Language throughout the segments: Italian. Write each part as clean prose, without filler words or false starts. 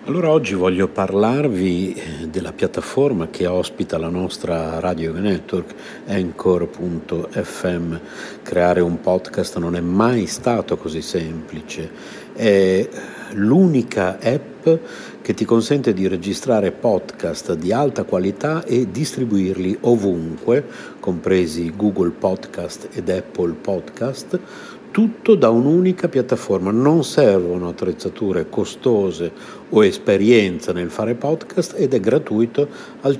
Allora oggi voglio parlarvi della piattaforma che ospita la nostra Radio Yoga Network, Anchor.fm. Creare un podcast non è mai stato così semplice. È l'unica app che ti consente di registrare podcast di alta qualità e distribuirli ovunque, compresi Google Podcast ed Apple Podcast, tutto da un'unica piattaforma. Non servono attrezzature costose o esperienza nel fare podcast ed è gratuito al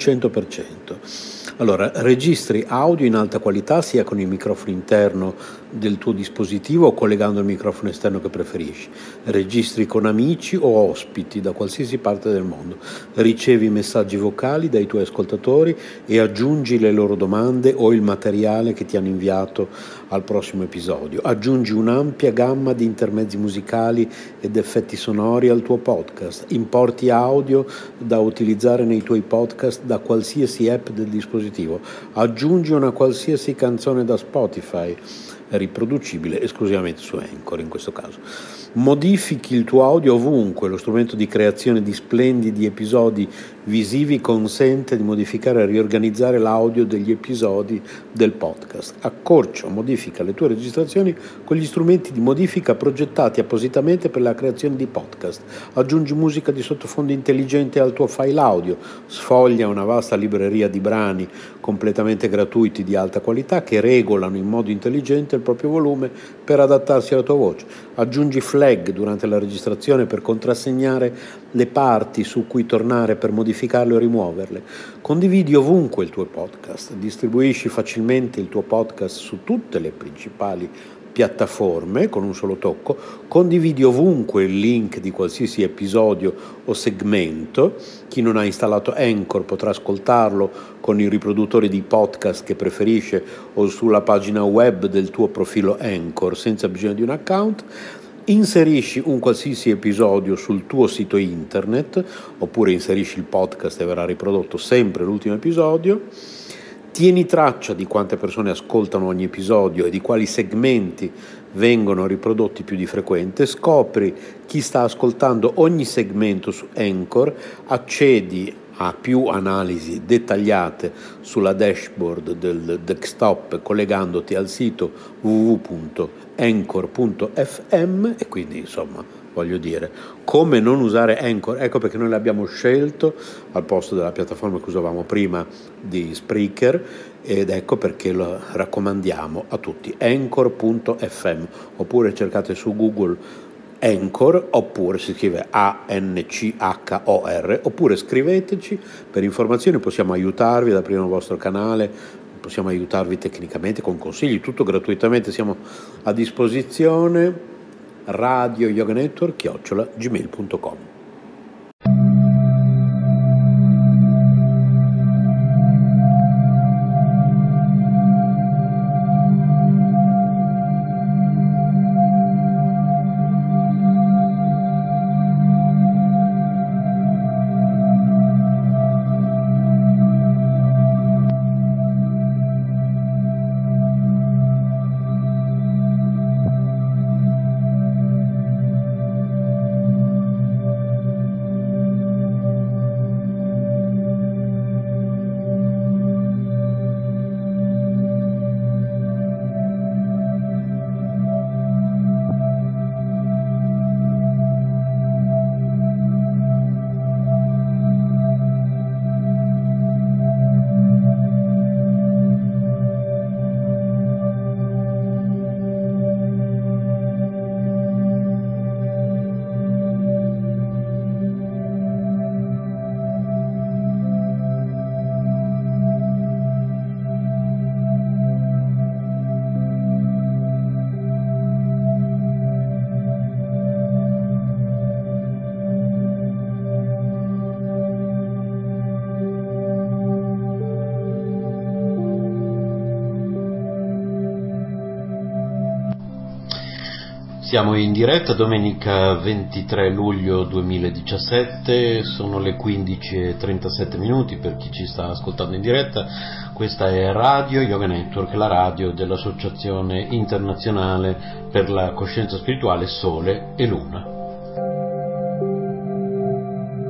100%. Allora, registri audio in alta qualità sia con il microfono interno del tuo dispositivo o collegando il microfono esterno che preferisci. Registri con amici o ospiti da qualsiasi parte del mondo. Ricevi messaggi vocali dai tuoi ascoltatori e aggiungi le loro domande o il materiale che ti hanno inviato al prossimo episodio. Aggiungi un'ampia gamma di intermezzi musicali ed effetti sonori al tuo podcast. Importi audio da utilizzare nei tuoi podcast da qualsiasi app del dispositivo. Aggiungi una qualsiasi canzone da Spotify, riproducibile esclusivamente su Anchor in questo caso. Modifichi il tuo audio ovunque. Lo strumento di creazione di splendidi episodi visivi consente di modificare e riorganizzare l'audio degli episodi del podcast. Accorcia o modifica le tue registrazioni con gli strumenti di modifica progettati appositamente per la creazione di podcast. Aggiungi musica di sottofondo intelligente al tuo file audio. Sfoglia una vasta libreria di brani completamente gratuiti di alta qualità che regolano in modo intelligente il proprio volume per adattarsi alla tua voce. Aggiungi flag durante la registrazione per contrassegnare le parti su cui tornare per modificarle o rimuoverle. Condividi ovunque il tuo podcast, distribuisci facilmente il tuo podcast su tutte le principali piattaforme con un solo tocco, condividi ovunque il link di qualsiasi episodio o segmento. Chi non ha installato Anchor potrà ascoltarlo con i riproduttori di podcast che preferisce o sulla pagina web del tuo profilo Anchor senza bisogno di un account. Inserisci un qualsiasi episodio sul tuo sito internet oppure inserisci il podcast e verrà riprodotto sempre l'ultimo episodio. Tieni traccia di quante persone ascoltano ogni episodio e di quali segmenti vengono riprodotti più di frequente. Scopri chi sta ascoltando ogni segmento su Anchor, accedi a più analisi dettagliate sulla dashboard del desktop collegandoti al sito www.anchor.fm e quindi insomma voglio dire, come non usare Anchor? Ecco perché noi l'abbiamo scelto al posto della piattaforma che usavamo prima di Spreaker ed ecco perché lo raccomandiamo a tutti, Anchor.fm, oppure cercate su Google Anchor, oppure si scrive Anchor, oppure scriveteci per informazioni, possiamo aiutarvi ad aprire un vostro canale, possiamo aiutarvi tecnicamente con consigli, tutto gratuitamente, siamo a disposizione. Radio Yoga Network @gmail.com. Siamo in diretta domenica 23 luglio 2017, sono le 15:37 per chi ci sta ascoltando in diretta. Questa è Radio Yoga Network, la radio dell'Associazione Internazionale per la Coscienza Spirituale Sole e Luna.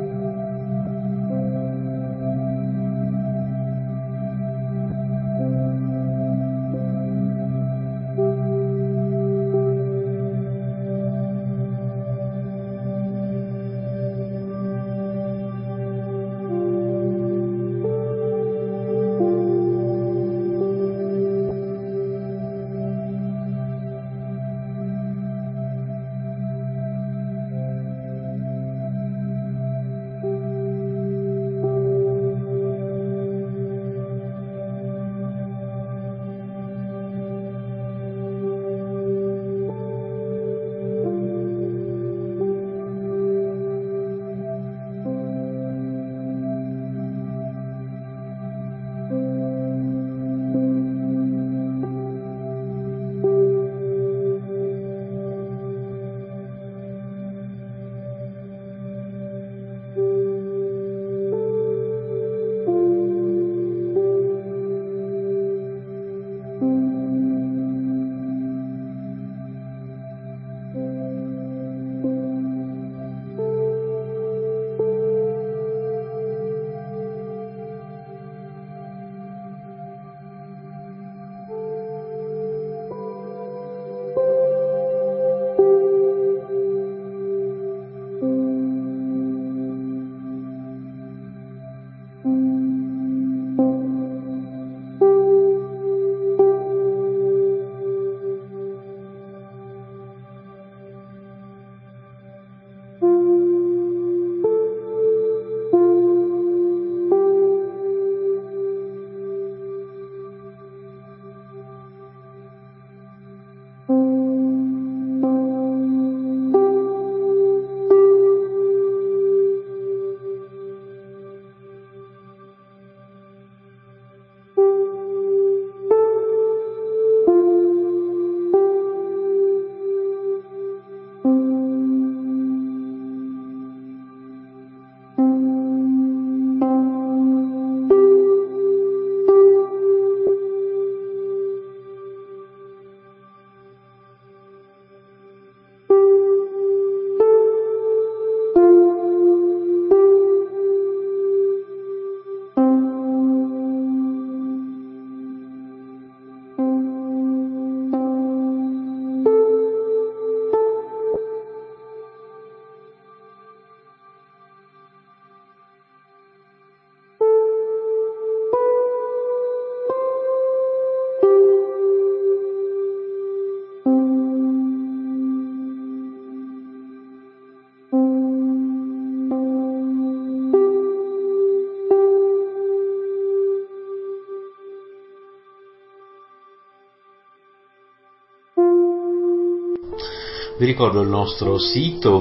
Vi ricordo il nostro sito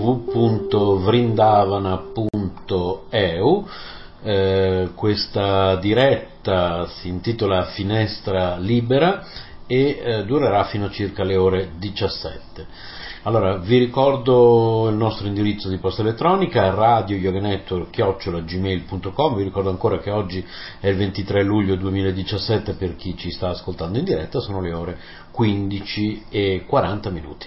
www.vrindavana.eu. Questa diretta si intitola Finestra Libera e durerà fino a circa le ore 17. Allora, vi ricordo il nostro indirizzo di posta elettronica, radioyoganetwork@gmail.com. Vi ricordo ancora che oggi è il 23 luglio 2017, per chi ci sta ascoltando in diretta sono le ore 15:40.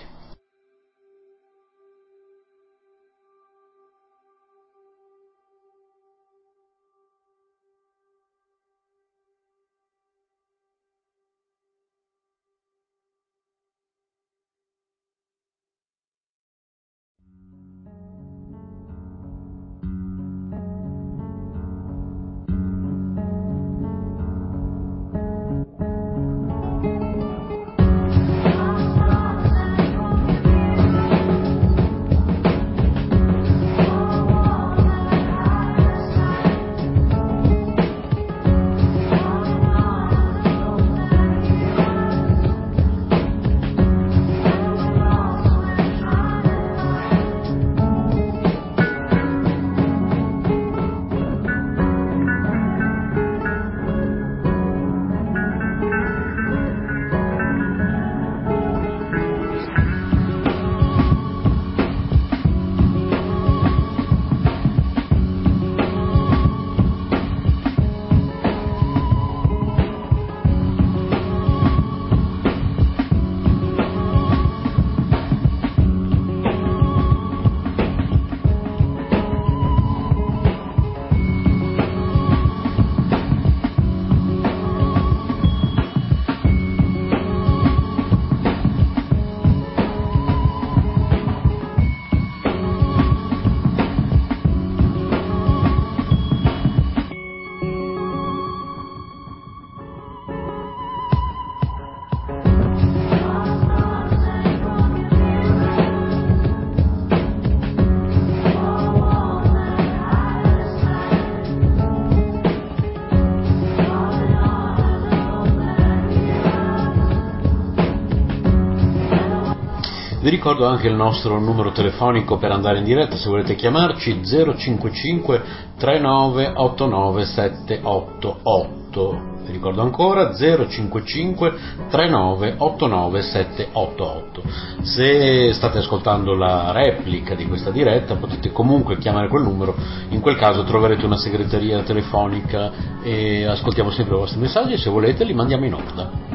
Vi ricordo anche il nostro numero telefonico per andare in diretta, se volete chiamarci, 055 3989 788. Vi ricordo ancora 055 3989 788. Se state ascoltando la replica di questa diretta potete comunque chiamare quel numero, in quel caso troverete una segreteria telefonica e ascoltiamo sempre i vostri messaggi e se volete li mandiamo in onda.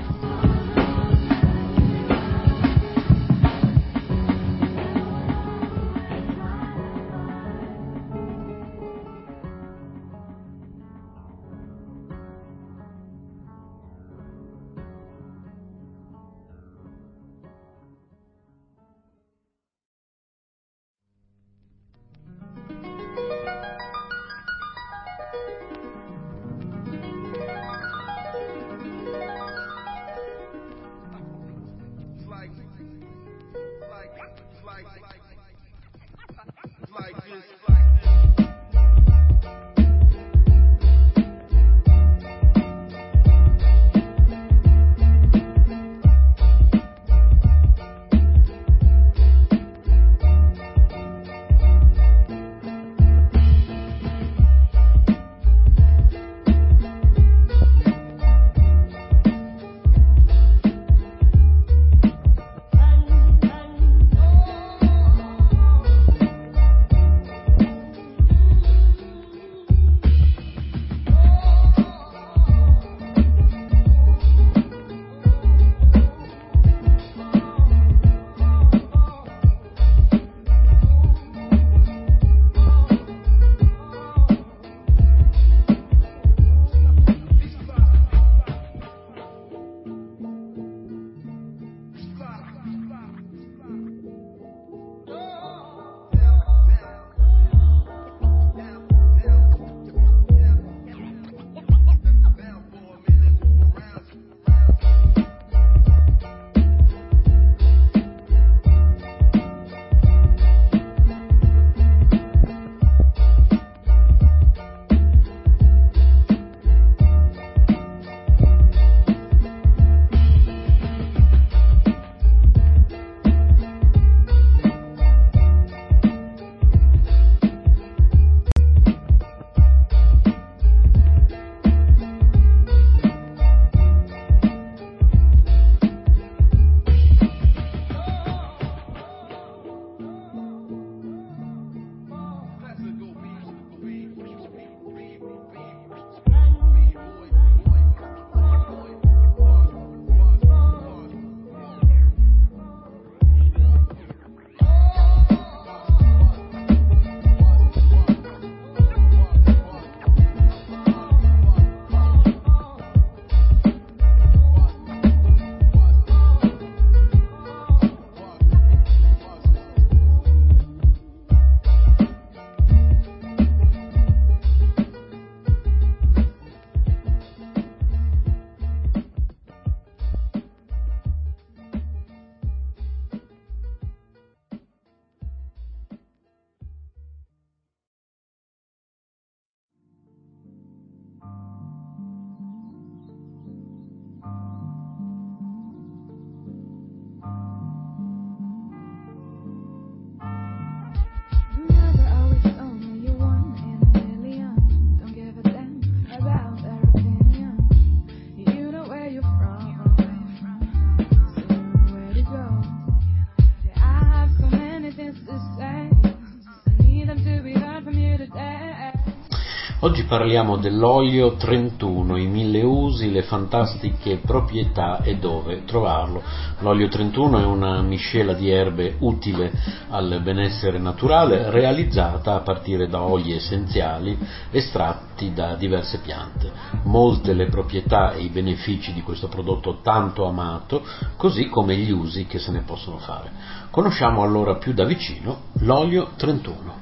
Oggi parliamo dell'olio 31, i 1000 usi, le fantastiche proprietà e dove trovarlo. L'olio 31 è una miscela di erbe utile al benessere naturale, realizzata a partire da oli essenziali estratti da diverse piante. Molte le proprietà e i benefici di questo prodotto tanto amato, così come gli usi che se ne possono fare. Conosciamo allora più da vicino l'olio 31.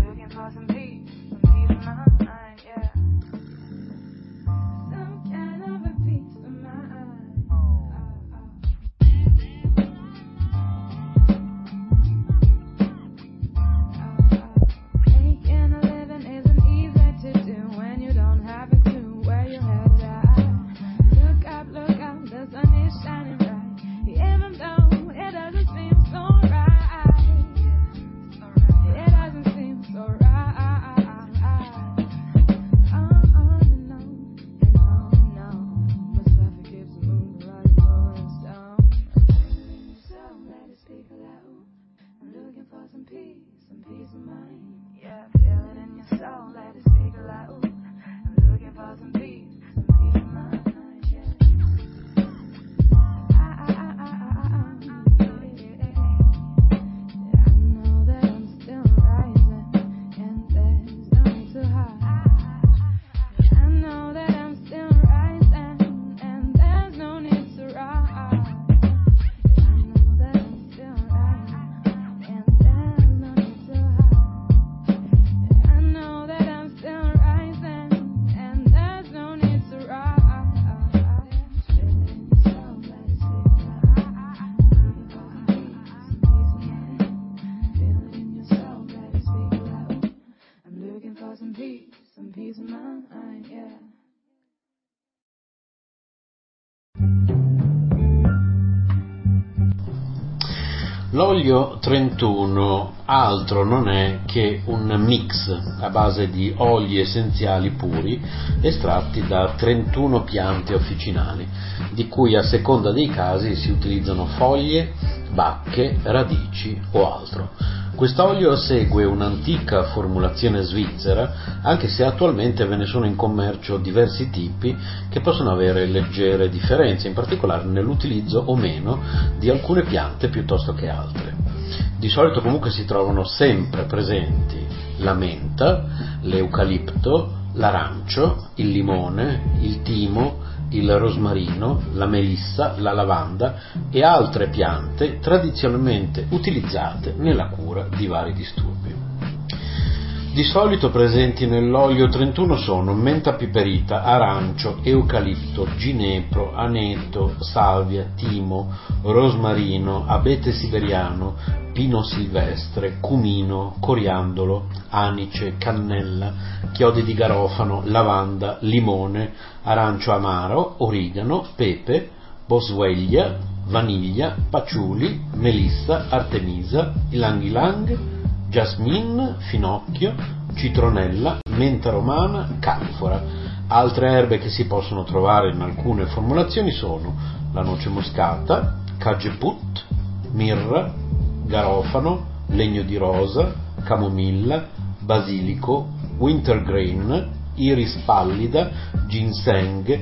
L'olio 31 altro non è che un mix a base di oli essenziali puri estratti da 31 piante officinali, di cui a seconda dei casi si utilizzano foglie, bacche, radici o altro. Quest'olio segue un'antica formulazione svizzera, anche se attualmente ve ne sono in commercio diversi tipi che possono avere leggere differenze, in particolare nell'utilizzo o meno di alcune piante piuttosto che altre. Di solito comunque si trovano sempre presenti la menta, l'eucalipto, l'arancio, il limone, il timo, il rosmarino, la melissa, la lavanda e altre piante tradizionalmente utilizzate nella cura di vari disturbi. Di solito presenti nell'olio 31 sono menta piperita, arancio, eucalipto, ginepro, aneto, salvia, timo, rosmarino, abete siberiano, pino silvestre, cumino, coriandolo, anice, cannella, chiodi di garofano, lavanda, limone, arancio amaro, origano, pepe, boswellia, vaniglia, patchouli, melissa, artemisa, ylang ylang, jasmine, finocchio, citronella, menta romana, canfora. Altre erbe che si possono trovare in alcune formulazioni sono la noce moscata, cajeput, mirra, garofano, legno di rosa, camomilla, basilico, wintergreen, iris pallida, ginseng,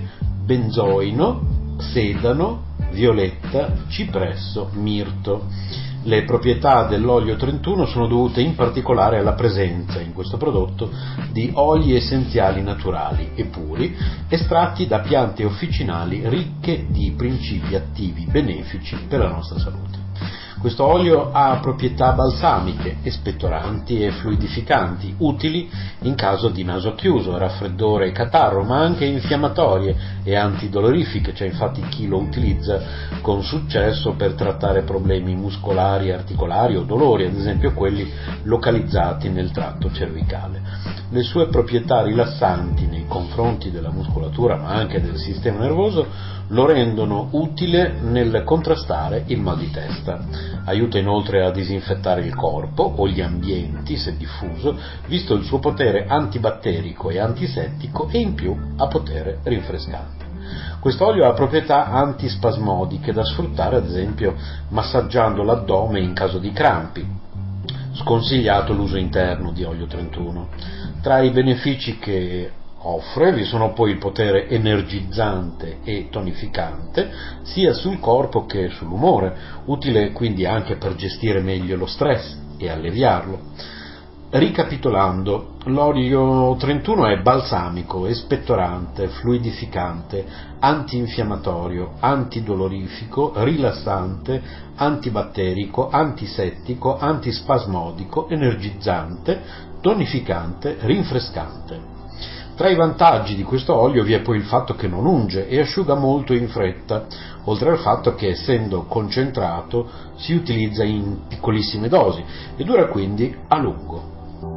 benzoino, sedano, violetta, cipresso, mirto. Le proprietà dell'olio 31 sono dovute in particolare alla presenza in questo prodotto di oli essenziali naturali e puri, estratti da piante officinali ricche di principi attivi benefici per la nostra salute. Questo olio ha proprietà balsamiche, espettoranti e fluidificanti, utili in caso di naso chiuso, raffreddore e catarro, ma anche infiammatorie e antidolorifiche. C'è infatti chi lo utilizza con successo per trattare problemi muscolari, articolari o dolori, ad esempio quelli localizzati nel tratto cervicale. Le sue proprietà rilassanti nei confronti della muscolatura, ma anche del sistema nervoso, lo rendono utile nel contrastare il mal di testa. Aiuta inoltre a disinfettare il corpo o gli ambienti, se diffuso, visto il suo potere antibatterico e antisettico e in più ha potere rinfrescante. Quest'olio ha proprietà antispasmodiche da sfruttare ad esempio massaggiando l'addome in caso di crampi. sconsigliato l'uso interno di olio 31. Tra i benefici che offre vi sono poi il potere energizzante e tonificante sia sul corpo che sull'umore, utile quindi anche per gestire meglio lo stress e alleviarlo. Ricapitolando, l'olio 31 è balsamico, espettorante, fluidificante, antinfiammatorio, antidolorifico, rilassante, antibatterico, antisettico, antispasmodico, energizzante, tonificante, rinfrescante. Tra i vantaggi di questo olio vi è poi il fatto che non unge e asciuga molto in fretta, oltre al fatto che, essendo concentrato, si utilizza in piccolissime dosi e dura quindi a lungo.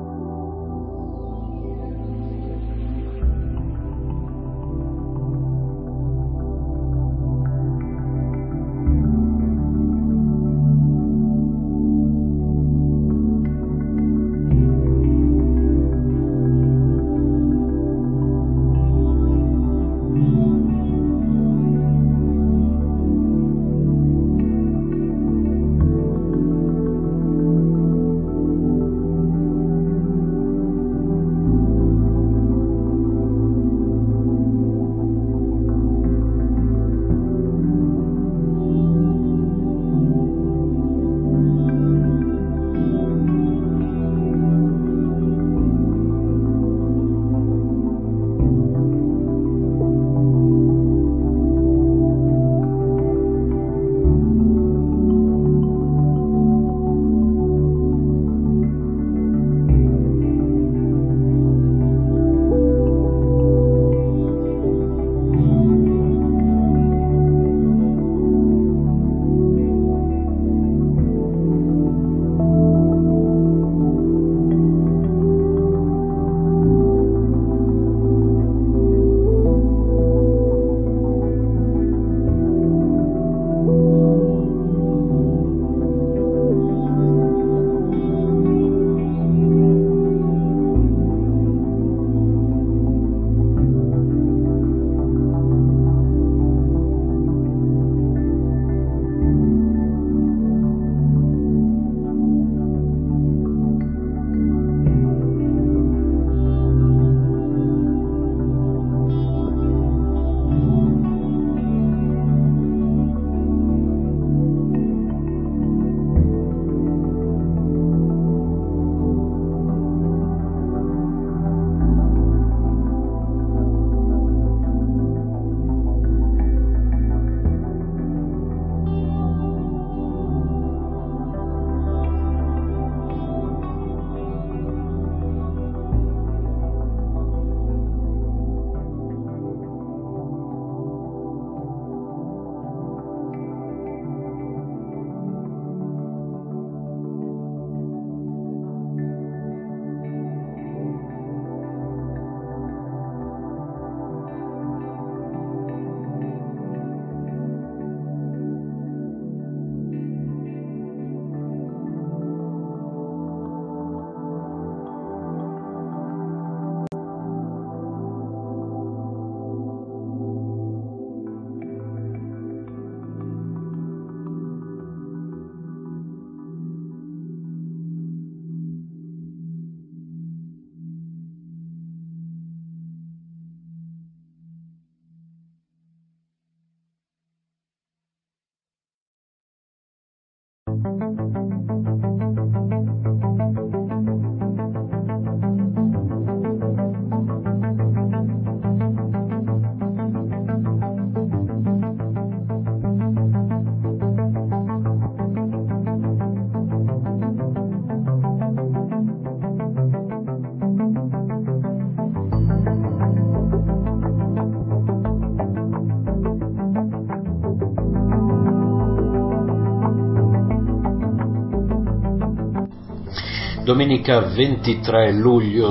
Domenica 23 luglio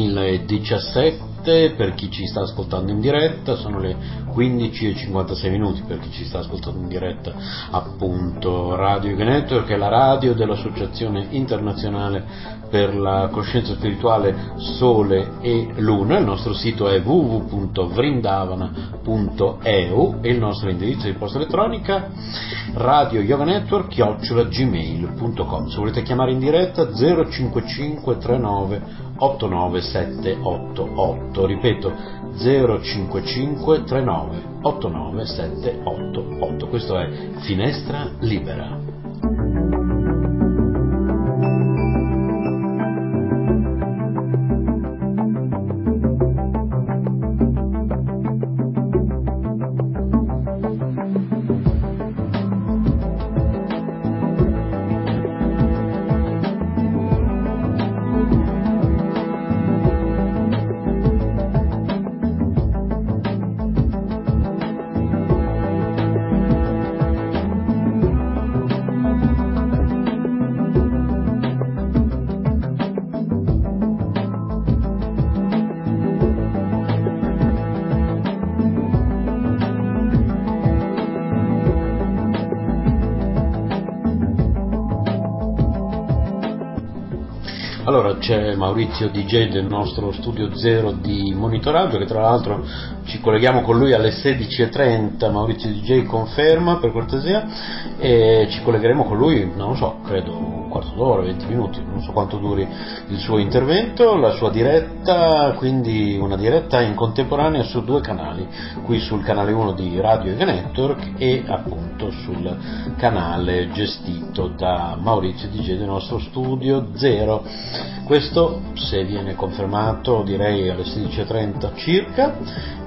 2017, per chi ci sta ascoltando in diretta, sono le 15:56 per chi ci sta ascoltando in diretta, appunto Radio Yoga Network, che è la radio dell'Associazione Internazionale per la coscienza spirituale Sole e Luna. Il nostro sito è www.vrindavana.eu e il nostro indirizzo di posta elettronica radioyoganetwork@gmail.com. Se volete chiamare in diretta 055 39 89 788, ripeto 055 39 89 788. Questo è Finestra Libera. Allora c'è Maurizio DJ del nostro studio zero di monitoraggio, che tra l'altro ci colleghiamo con lui alle 16:30. Maurizio DJ conferma per cortesia, e ci collegheremo con lui, non lo so, credo un quarto d'ora, 20 minuti, non so quanto duri il suo intervento, la sua diretta, quindi una diretta in contemporanea su due canali, qui sul canale 1 di Radio Yoga Network e appunto sul canale gestito da Maurizio DJ del nostro studio zero. Questo, se viene confermato, direi alle 16:30 circa.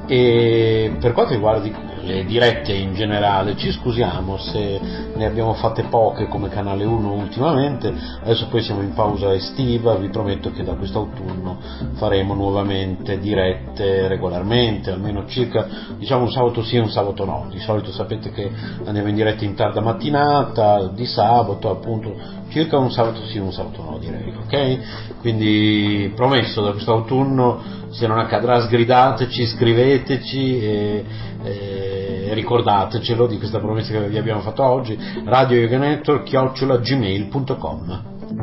E per quanto riguarda le dirette in generale, ci scusiamo se ne abbiamo fatte poche come canale 1 ultimamente. Adesso poi siamo in pausa estiva, vi prometto che da quest'autunno faremo nuovamente dirette regolarmente, almeno circa, diciamo, un sabato sì e un sabato no. Di solito sapete che andiamo in diretta in tarda mattinata, di sabato appunto, circa un sabato sì e un sabato no, direi, ok? Quindi promesso, da quest'autunno, se non accadrà, sgridateci, scriveteci e ricordatecelo di questa promessa che vi abbiamo fatto oggi. Radio Yoga Network @gmail.com.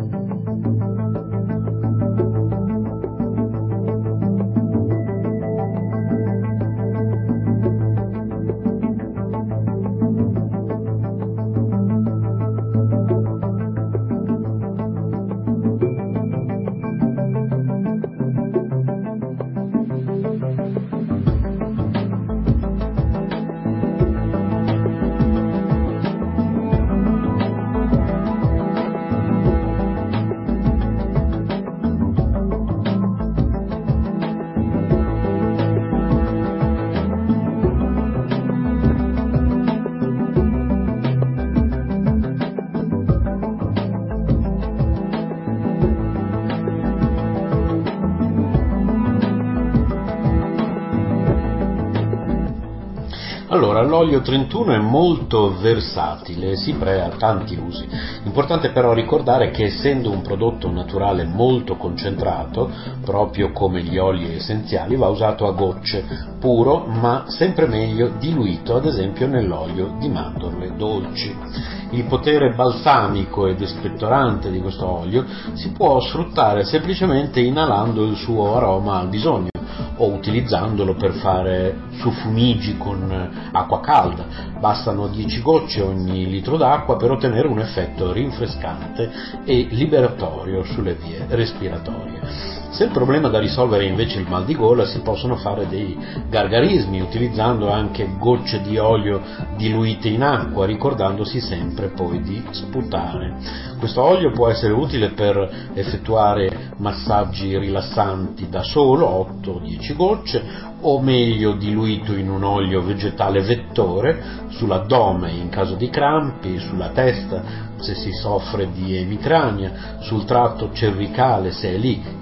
Allora, l'olio 31 è molto versatile, si crea tanti usi. Importante però ricordare che, essendo un prodotto naturale molto concentrato, proprio come gli oli essenziali, va usato a gocce, puro, ma sempre meglio diluito, ad esempio nell'olio di mandorle dolci. Il potere balsamico ed espettorante di questo olio si può sfruttare semplicemente inalando il suo aroma al bisogno, o utilizzandolo per fare suffumigi con acqua calda. Bastano 10 gocce ogni litro d'acqua per ottenere un effetto rinfrescante e liberatorio sulle vie respiratorie. Se il problema da risolvere è invece il mal di gola, si possono fare dei gargarismi utilizzando anche gocce di olio diluite in acqua, ricordandosi sempre poi di sputare. Questo olio può essere utile per effettuare massaggi rilassanti da solo, 8-10 gocce, o meglio diluito in un olio vegetale vettore, sull'addome in caso di crampi, sulla testa se si soffre di emicrania, sul tratto cervicale se è lì che si avverte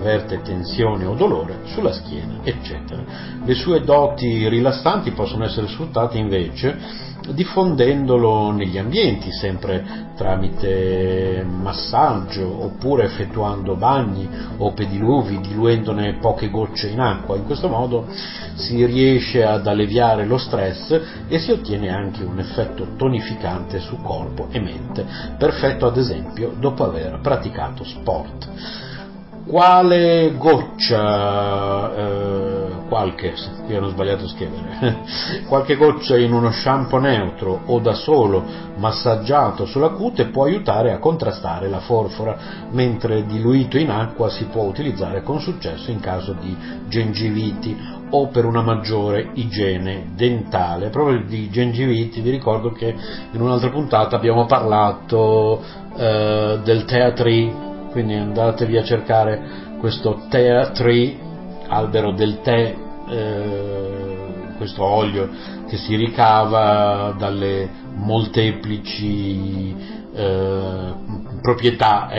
avverte tensione o dolore sulla schiena, eccetera. Le sue doti rilassanti possono essere sfruttate invece diffondendolo negli ambienti, sempre tramite massaggio oppure effettuando bagni o pediluvi, diluendone poche gocce in acqua. In questo modo si riesce ad alleviare lo stress e si ottiene anche un effetto tonificante su corpo e mente, perfetto ad esempio dopo aver praticato sport. Quale goccia, qui hanno sbagliato a scrivere, qualche goccia in uno shampoo neutro o da solo massaggiato sulla cute può aiutare a contrastare la forfora, mentre diluito in acqua si può utilizzare con successo in caso di gengiviti o per una maggiore igiene dentale. Proprio di gengiviti vi ricordo che in un'altra puntata abbiamo parlato del tea tree, quindi andatevi a cercare questo tea tree, albero del tè, questo olio che si ricava dalle molteplici proprietà,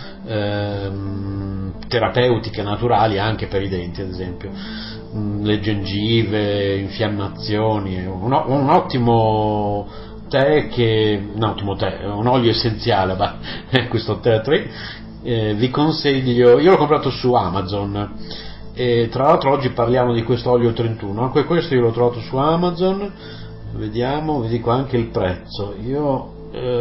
terapeutiche naturali anche per i denti, ad esempio le gengive, infiammazioni. Un ottimo tè un olio essenziale, questo tea tree. Vi consiglio, io l'ho comprato su Amazon e tra l'altro oggi parliamo di questo olio 31, anche questo io l'ho trovato su Amazon, vediamo, vi dico anche il prezzo, io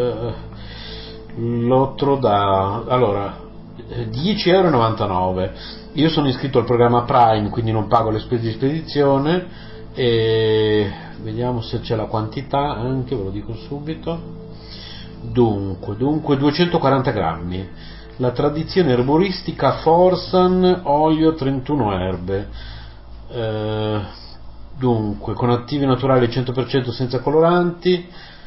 l'ho trovato, allora 10,99 €, io sono iscritto al programma Prime quindi non pago le spese di spedizione e vediamo se c'è la quantità anche, ve lo dico subito. Dunque 240 grammi, la tradizione erboristica Forsan, olio 31 erbe, dunque con attivi naturali 100% senza coloranti,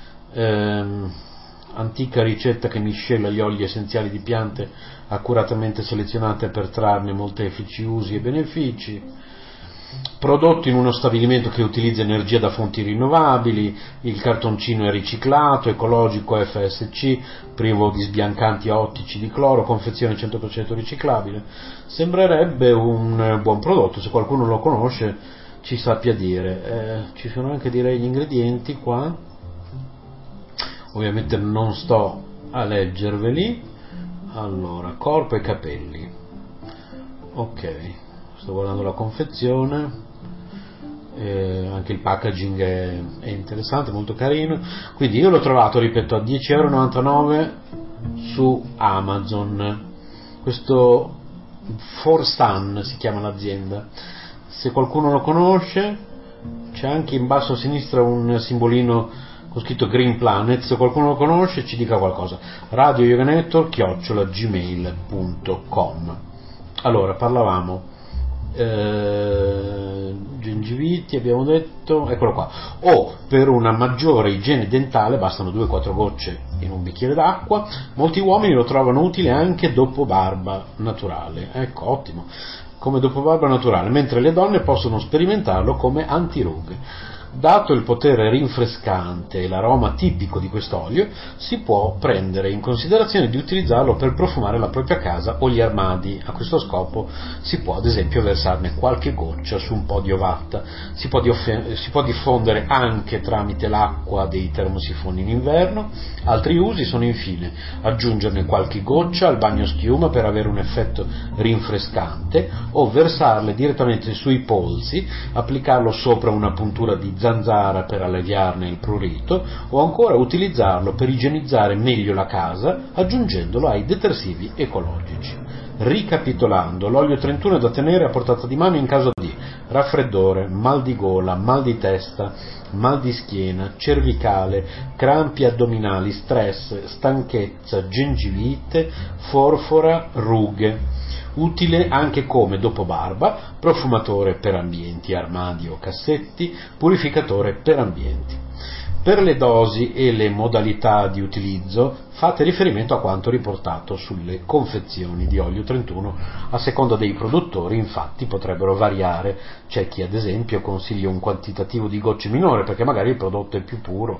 antica ricetta che miscela gli oli essenziali di piante accuratamente selezionate per trarne molteplici usi e benefici. Prodotto in uno stabilimento che utilizza energia da fonti rinnovabili, il cartoncino è riciclato, ecologico FSC, privo di sbiancanti ottici di cloro, confezione 100% riciclabile. Sembrerebbe un buon prodotto, se qualcuno lo conosce ci sappia dire. Ci sono anche direi gli ingredienti qua, ovviamente non sto a leggerveli. Allora, corpo e capelli, ok. Sto guardando la confezione, anche il packaging è interessante, molto carino. Quindi io l'ho trovato, ripeto, a 10,99 € su Amazon. Questo Forsan si chiama l'azienda. Se qualcuno lo conosce, c'è anche in basso a sinistra un simbolino con scritto Green Planet. Se qualcuno lo conosce ci dica qualcosa. radioyoganetwork@gmail.com. Allora, parlavamo gengiviti, abbiamo detto, eccolo qua. Per una maggiore igiene dentale bastano 2-4 gocce in un bicchiere d'acqua. Molti uomini lo trovano utile anche dopo barba naturale, ecco, ottimo, come dopo barba naturale, mentre le donne possono sperimentarlo come antirughe. Dato il potere rinfrescante e l'aroma tipico di quest'olio, si può prendere in considerazione di utilizzarlo per profumare la propria casa o gli armadi. A questo scopo si può ad esempio versarne qualche goccia su un po' di ovatta. Si può diffondere anche tramite l'acqua dei termosifoni in inverno. Altri usi sono infine aggiungerne qualche goccia al bagno schiuma per avere un effetto rinfrescante, o versarle direttamente sui polsi, applicarlo sopra una puntura di zanzara per alleviarne il prurito, o ancora utilizzarlo per igienizzare meglio la casa aggiungendolo ai detersivi ecologici. Ricapitolando, l'olio 31 è da tenere a portata di mano in caso di raffreddore, mal di gola, mal di testa, mal di schiena, cervicale, crampi addominali, stress, stanchezza, gengivite, forfora, rughe. Utile anche come dopo barba, profumatore per ambienti, armadi o cassetti, purificatore per ambienti. Per le dosi e le modalità di utilizzo fate riferimento a quanto riportato sulle confezioni di olio 31, a seconda dei produttori infatti potrebbero variare. C'è chi ad esempio consiglia un quantitativo di gocce minore perché magari il prodotto è più puro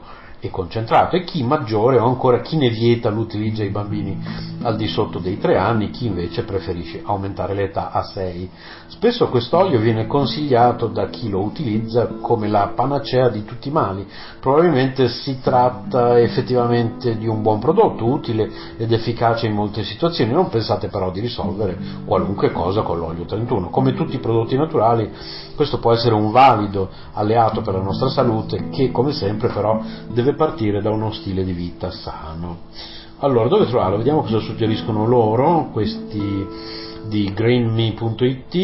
e concentrato, e chi maggiore, o ancora chi ne vieta l'utilizzo ai bambini al di sotto dei 3 anni, chi invece preferisce aumentare l'età a 6. Spesso quest'olio viene consigliato da chi lo utilizza come la panacea di tutti i mali. Probabilmente si tratta effettivamente di un buon prodotto, utile ed efficace in molte situazioni. Non pensate però di risolvere qualunque cosa con l'olio 31. Come tutti i prodotti naturali, questo può essere un valido alleato per la nostra salute, che come sempre però deve partire da uno stile di vita sano. Allora, dove trovarlo? Vediamo cosa suggeriscono loro, questi di greenme.it,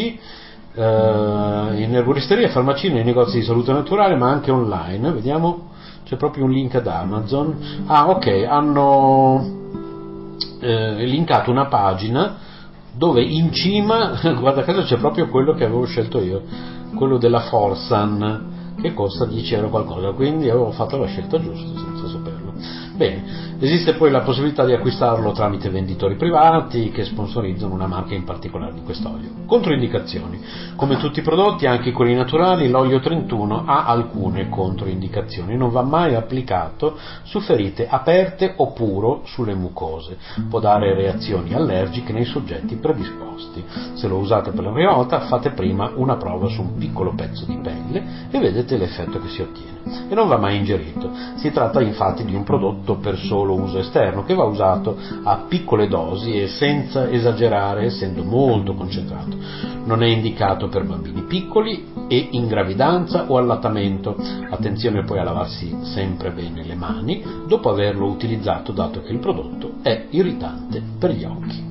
in erboristeria, farmacie, nei negozi di salute naturale, ma anche online. Vediamo, c'è proprio un link ad Amazon. Ok, hanno linkato una pagina dove in cima, guarda caso, c'è proprio quello che avevo scelto io, quello della Forsan, che costa 10 euro qualcosa, quindi avevo fatto la scelta giusta senza saperlo. Bene, esiste poi la possibilità di acquistarlo tramite venditori privati che sponsorizzano una marca in particolare di quest'olio. Controindicazioni. Come tutti i prodotti, anche quelli naturali, l'olio 31 ha alcune controindicazioni. Non va mai applicato su ferite aperte o puro sulle mucose. Può dare reazioni allergiche nei soggetti predisposti. Se lo usate per la prima volta, fate prima una prova su un piccolo pezzo di pelle e vedete l'effetto che si ottiene. E non va mai ingerito. Si tratta infatti di un prodotto per solo uso esterno, che va usato a piccole dosi e senza esagerare, essendo molto concentrato. Non è indicato per bambini piccoli e in gravidanza o allattamento. Attenzione poi a lavarsi sempre bene le mani dopo averlo utilizzato, dato che il prodotto è irritante per gli occhi.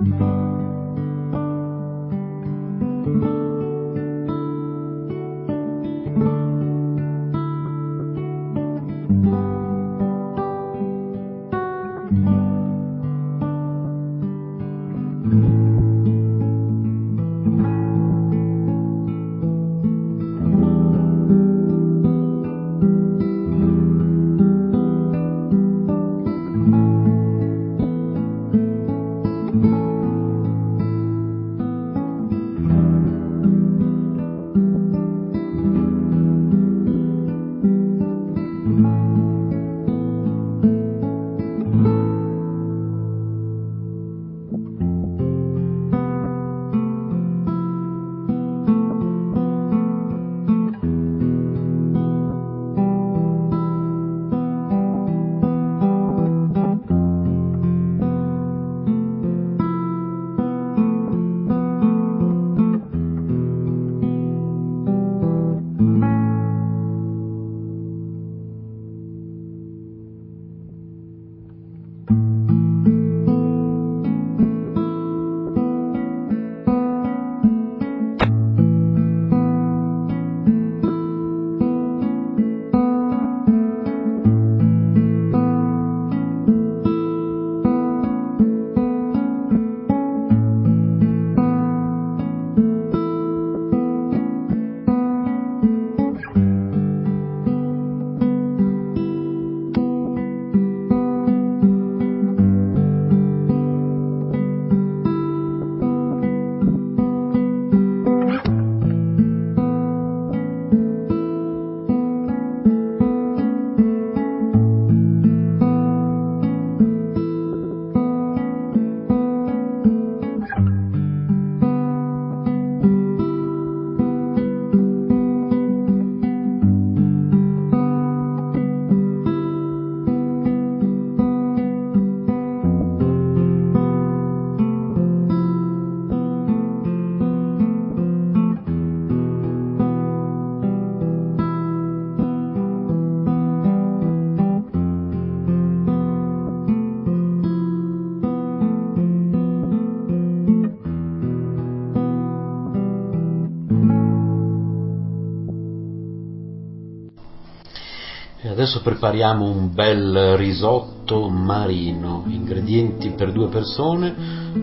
Adesso prepariamo un bel risotto marino. Ingredienti per 2 persone: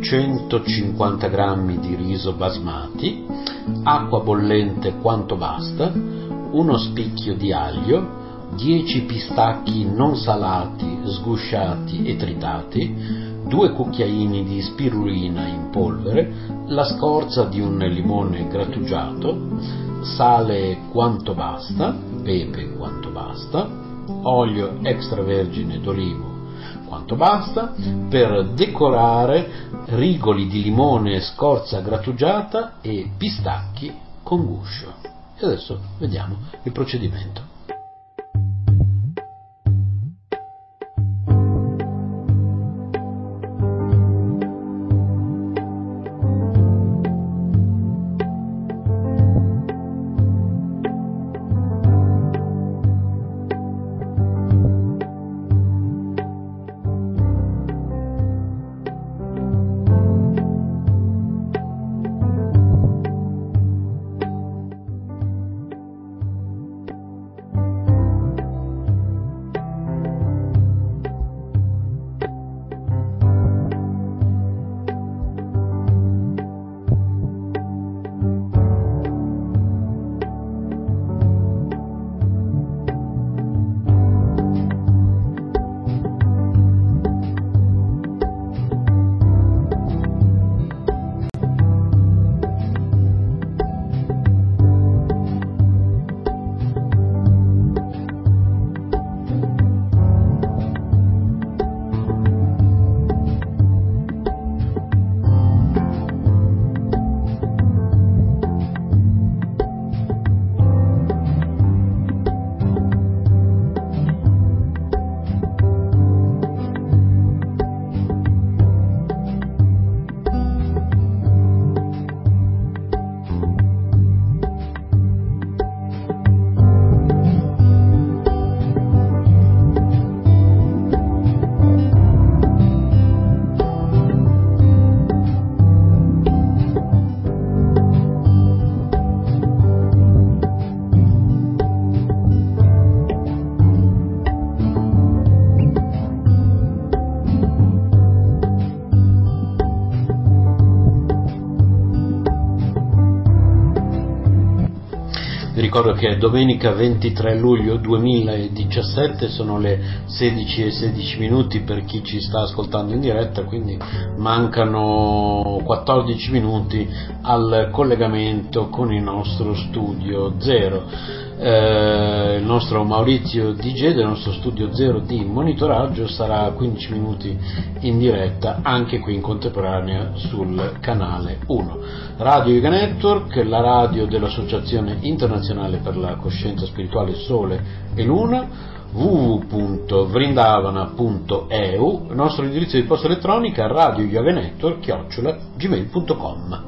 150 g di riso basmati, acqua bollente quanto basta, uno spicchio di aglio, 10 pistacchi non salati, sgusciati e tritati, 2 cucchiaini di spirulina in polvere, la scorza di un limone grattugiato, sale quanto basta, pepe quanto basta, olio extravergine d'olivo quanto basta. Per decorare, rigoli di limone, scorza grattugiata e pistacchi con guscio. E adesso vediamo il procedimento. ricordo che è domenica 23 luglio 2017, sono le 16:16 per chi ci sta ascoltando in diretta, quindi mancano 14 minuti al collegamento con il nostro studio zero. Il nostro Maurizio DJ del nostro studio zero di monitoraggio sarà 15 minuti in diretta anche qui in contemporanea sul canale 1. Radio Yoga Network, la radio dell'Associazione Internazionale per la Coscienza Spirituale Sole e Luna, www.vrindavana.eu, il nostro indirizzo di posta elettronica radioyoganetwork@gmail.com.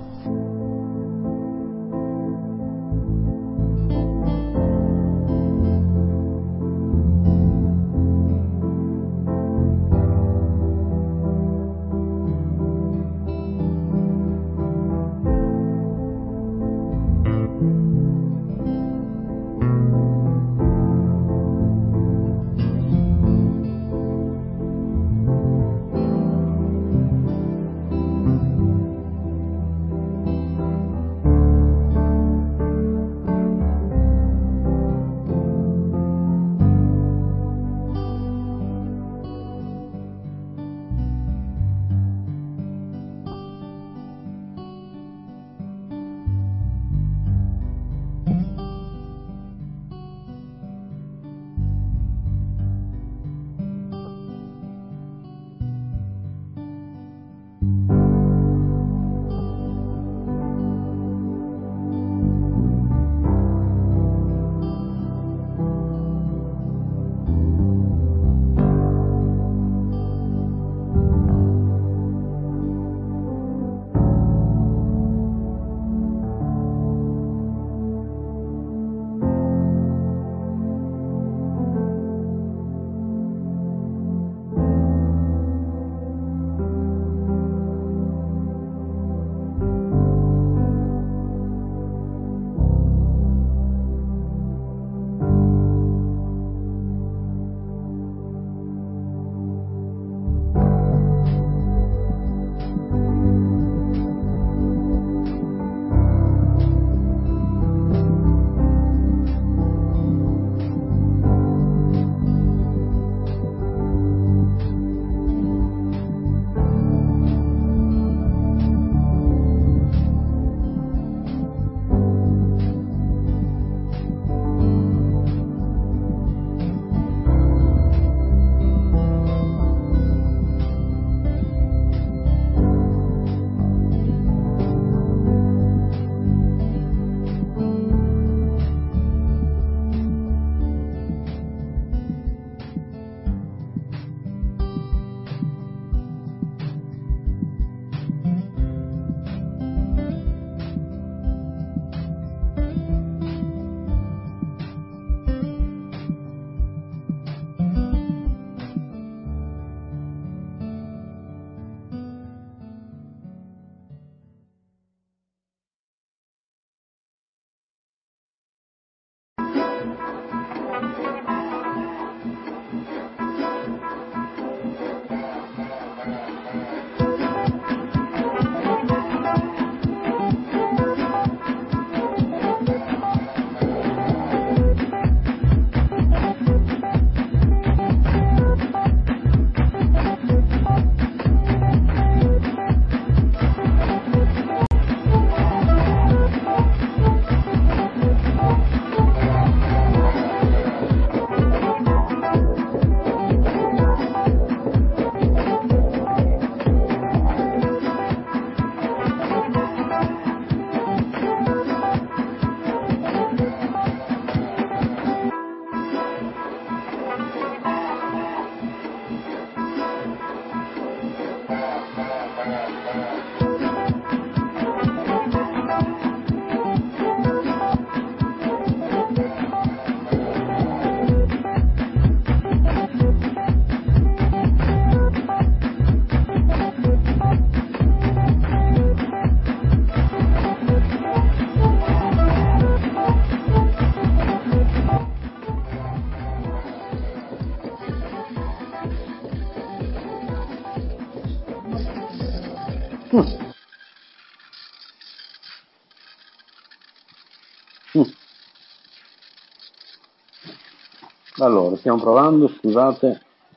Allora, stiamo provando, scusate.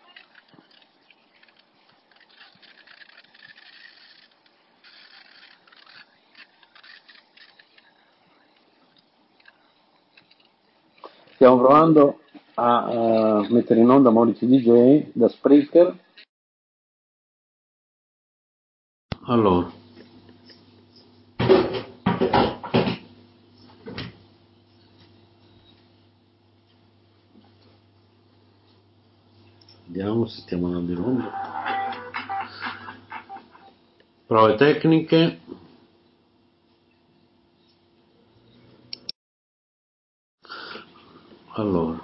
Stiamo provando a mettere in onda Maurizio DJ da Spreaker. Allora. Vediamo se stiamo andando in onda. Prove tecniche. Allora.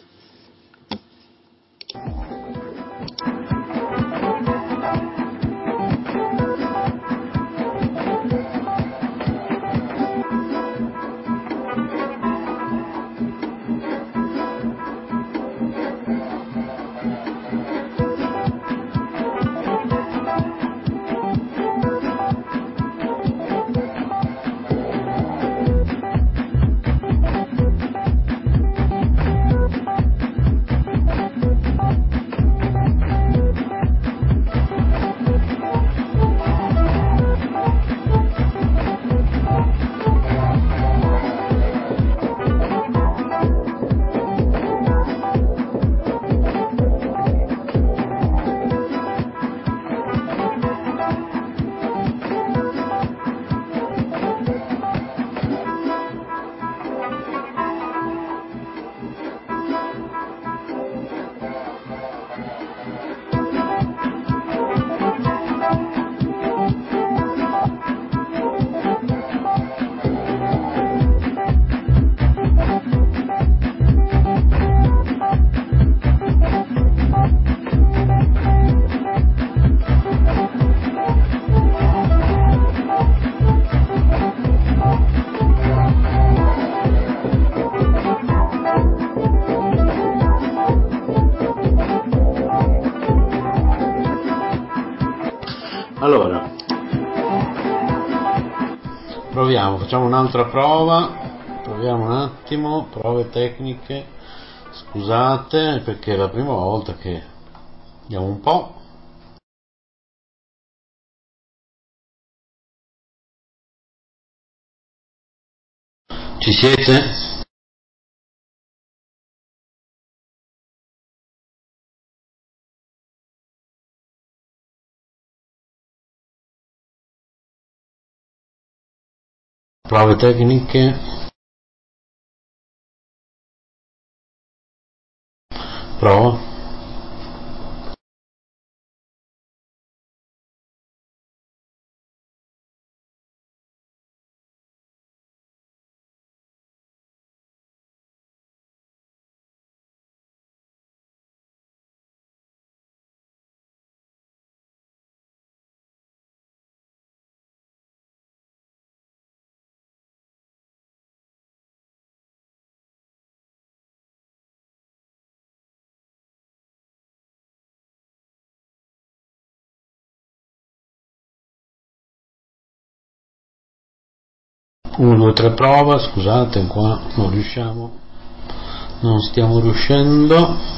Allora, proviamo, facciamo un'altra prova, proviamo un attimo, prove tecniche, scusate perché è la prima volta che vediamo un po'. Ci siete? Prove tecniche. Prova. Uno, due, tre, prova, scusate, qua non riusciamo, non stiamo riuscendo.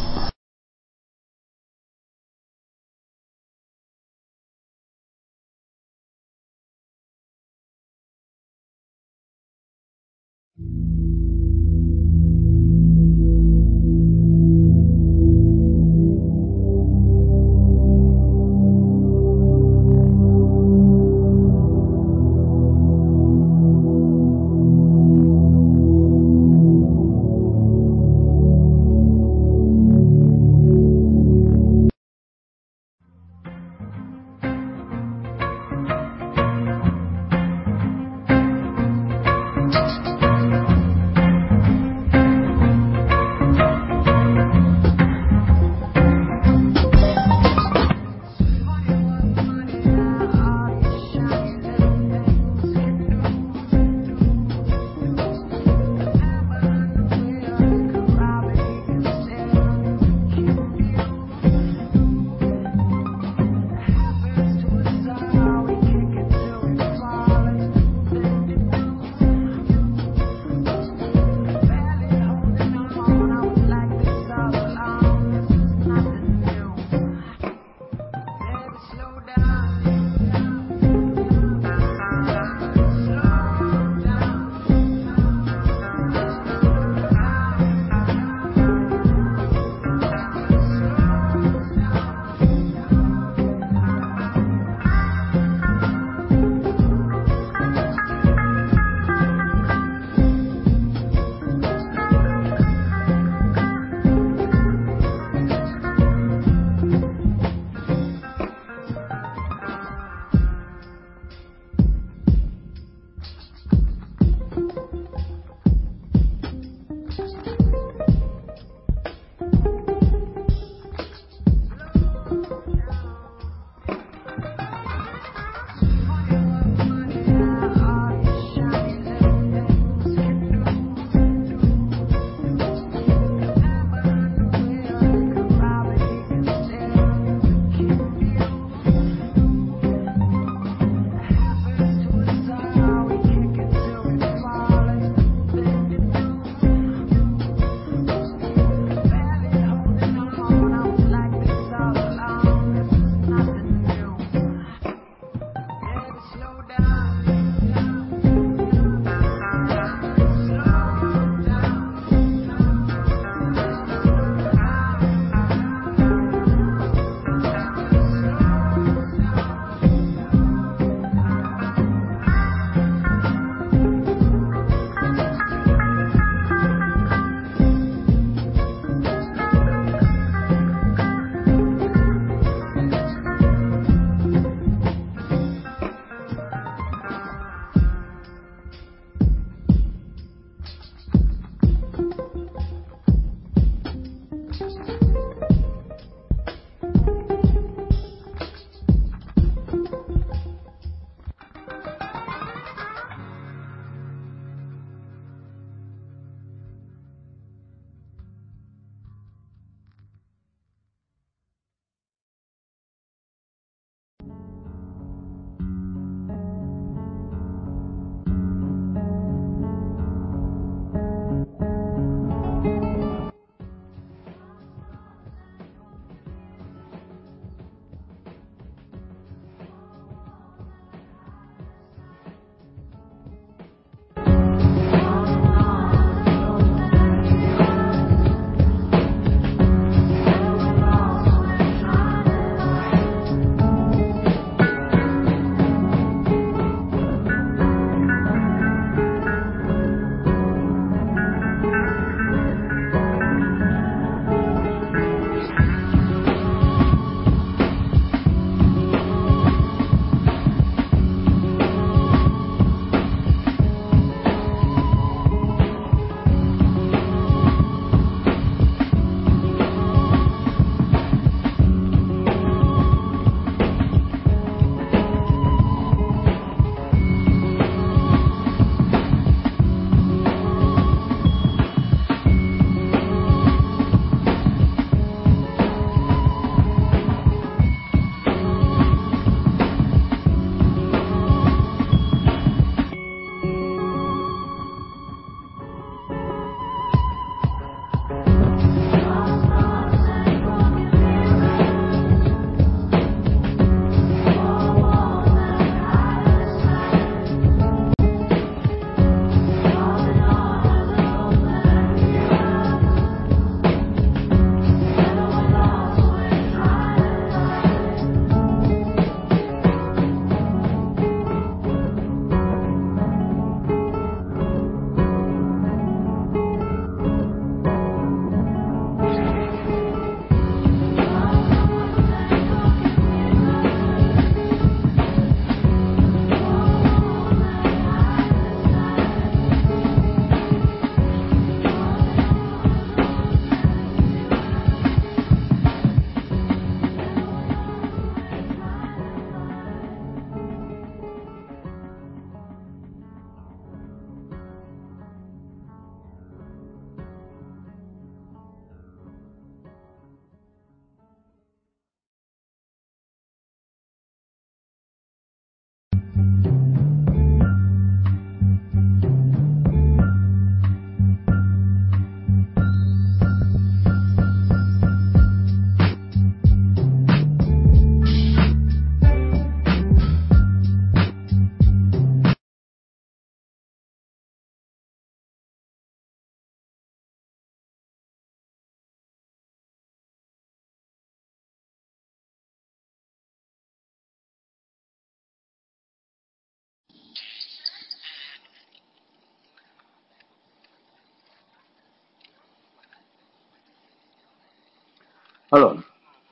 Allora,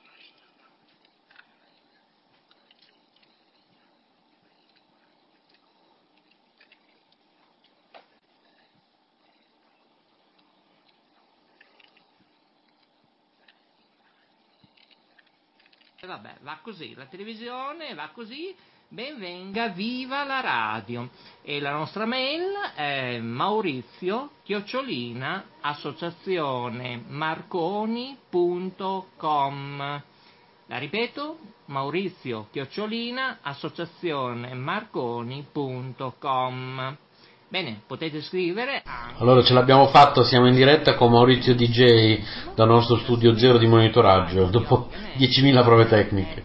E vabbè, va così, la televisione va così, ben venga, viva la radio. E la nostra mail è maurizio@associazionemarconi.com. La ripeto, maurizio@associazionemarconi.com. Bene, potete scrivere anche... allora ce l'abbiamo fatto, siamo in diretta con Maurizio DJ dal nostro studio zero di monitoraggio, dopo 10.000 prove tecniche.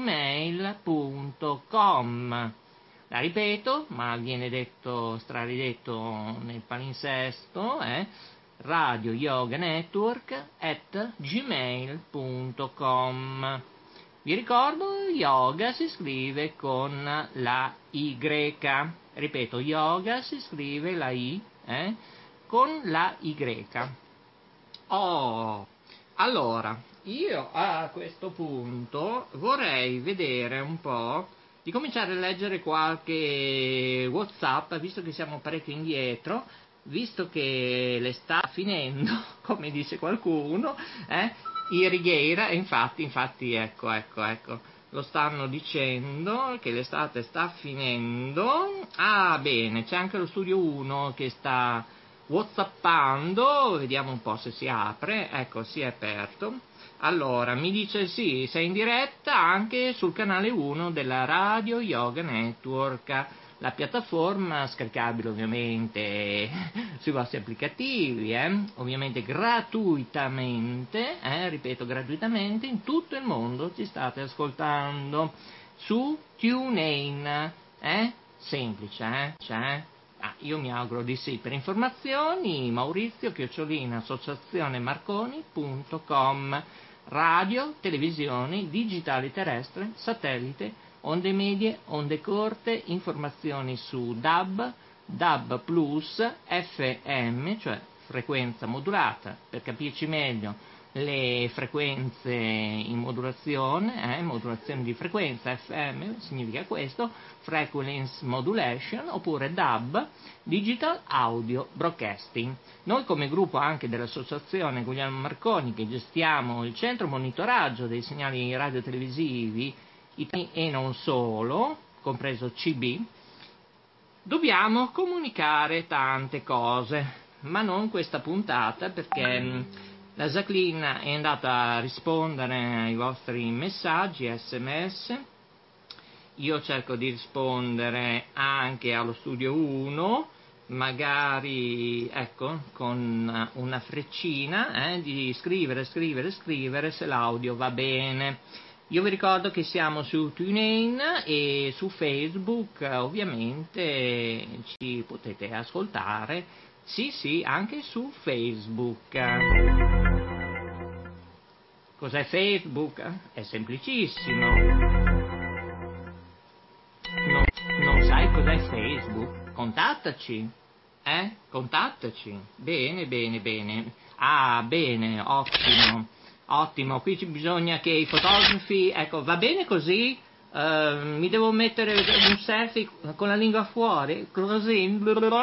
gmail.com. La ripeto, ma viene detto, straridetto nel palinsesto, Radio Yoga Network @gmail.com. Vi ricordo, yoga si scrive con la Y. Ripeto, yoga si scrive la I, con la Y. Oh, allora, io a questo punto vorrei vedere un po' di cominciare a leggere qualche WhatsApp, visto che siamo parecchio indietro, visto che le sta finendo, come dice qualcuno, i Righeira, infatti, ecco, lo stanno dicendo che l'estate sta finendo. Ah, bene, c'è anche lo studio 1 che sta WhatsAppando, vediamo un po' se si apre, ecco, si è aperto. Allora, mi dice sì, sei in diretta anche sul canale 1 della Radio Yoga Network, la piattaforma scaricabile ovviamente sui vostri applicativi, ovviamente gratuitamente, ripeto gratuitamente, in tutto il mondo ci state ascoltando, su TuneIn, semplice, c'è? Io mi auguro di sì. Per informazioni maurizio@associazionemarconi.com. Radio, televisione, digitale terrestre, satellite, onde medie, onde corte, informazioni su DAB, DAB+, FM, cioè frequenza modulata, per capirci meglio le frequenze in modulazione, modulazione di frequenza, FM significa questo, frequency modulation, oppure DAB, Digital Audio Broadcasting. Noi come gruppo anche dell'associazione Guglielmo Marconi, che gestiamo il centro monitoraggio dei segnali radiotelevisivi e non solo, compreso CB, dobbiamo comunicare tante cose, ma non questa puntata perché la Jacqueline è andata a rispondere ai vostri messaggi, SMS. Io cerco di rispondere anche allo studio 1, magari ecco con una freccina, di scrivere se l'audio va bene. Io vi ricordo che siamo su TuneIn e su Facebook, ovviamente ci potete ascoltare, sì, anche su Facebook. Cos'è Facebook? È semplicissimo. Non sai cos'è Facebook? Contattaci. Contattaci. Bene. Ah, bene, ottimo. Qui bisogna che i fotografi... Ecco, va bene così? Mi devo mettere un selfie con la lingua fuori? Così?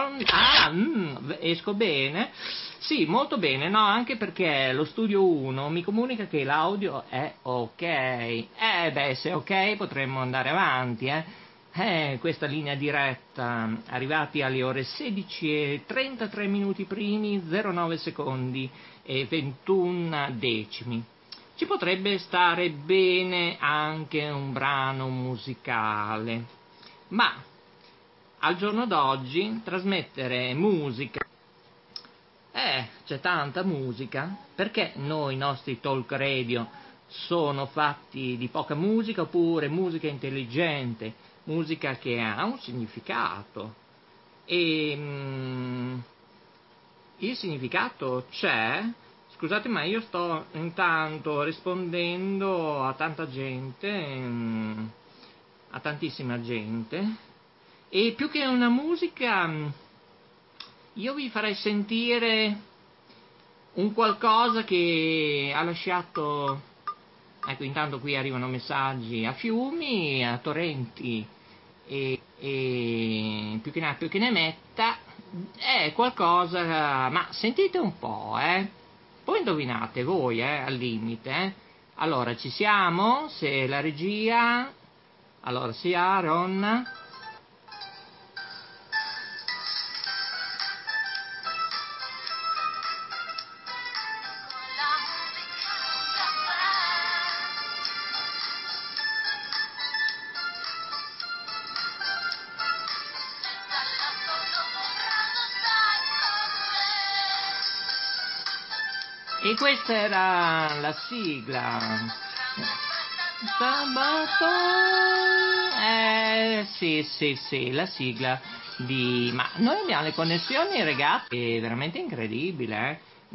Esco bene? Sì, molto bene, no, anche perché lo studio 1 mi comunica che l'audio è ok. Se è ok potremmo andare avanti, questa linea diretta, arrivati alle ore 16 e 33 minuti primi, 09 secondi e 21 decimi. Ci potrebbe stare bene anche un brano musicale, ma al giorno d'oggi trasmettere musica, c'è tanta musica, perché noi, i nostri talk radio, sono fatti di poca musica oppure musica intelligente, musica che ha un significato, e il significato c'è. Scusate, ma io sto intanto rispondendo a tanta gente, a tantissima gente, e più che una musica io vi farei sentire un qualcosa che ha lasciato Ecco, intanto qui arrivano messaggi a fiumi, a torrenti e più che ne ha più che ne metta. È qualcosa, ma sentite un po', poi indovinate voi, al limite. Allora, ci siamo? Se la regia... Allora, sì, Aaron... E questa era la sigla. Sabato. Sì, la sigla di... Ma noi abbiamo le connessioni, ragazzi, è veramente incredibile,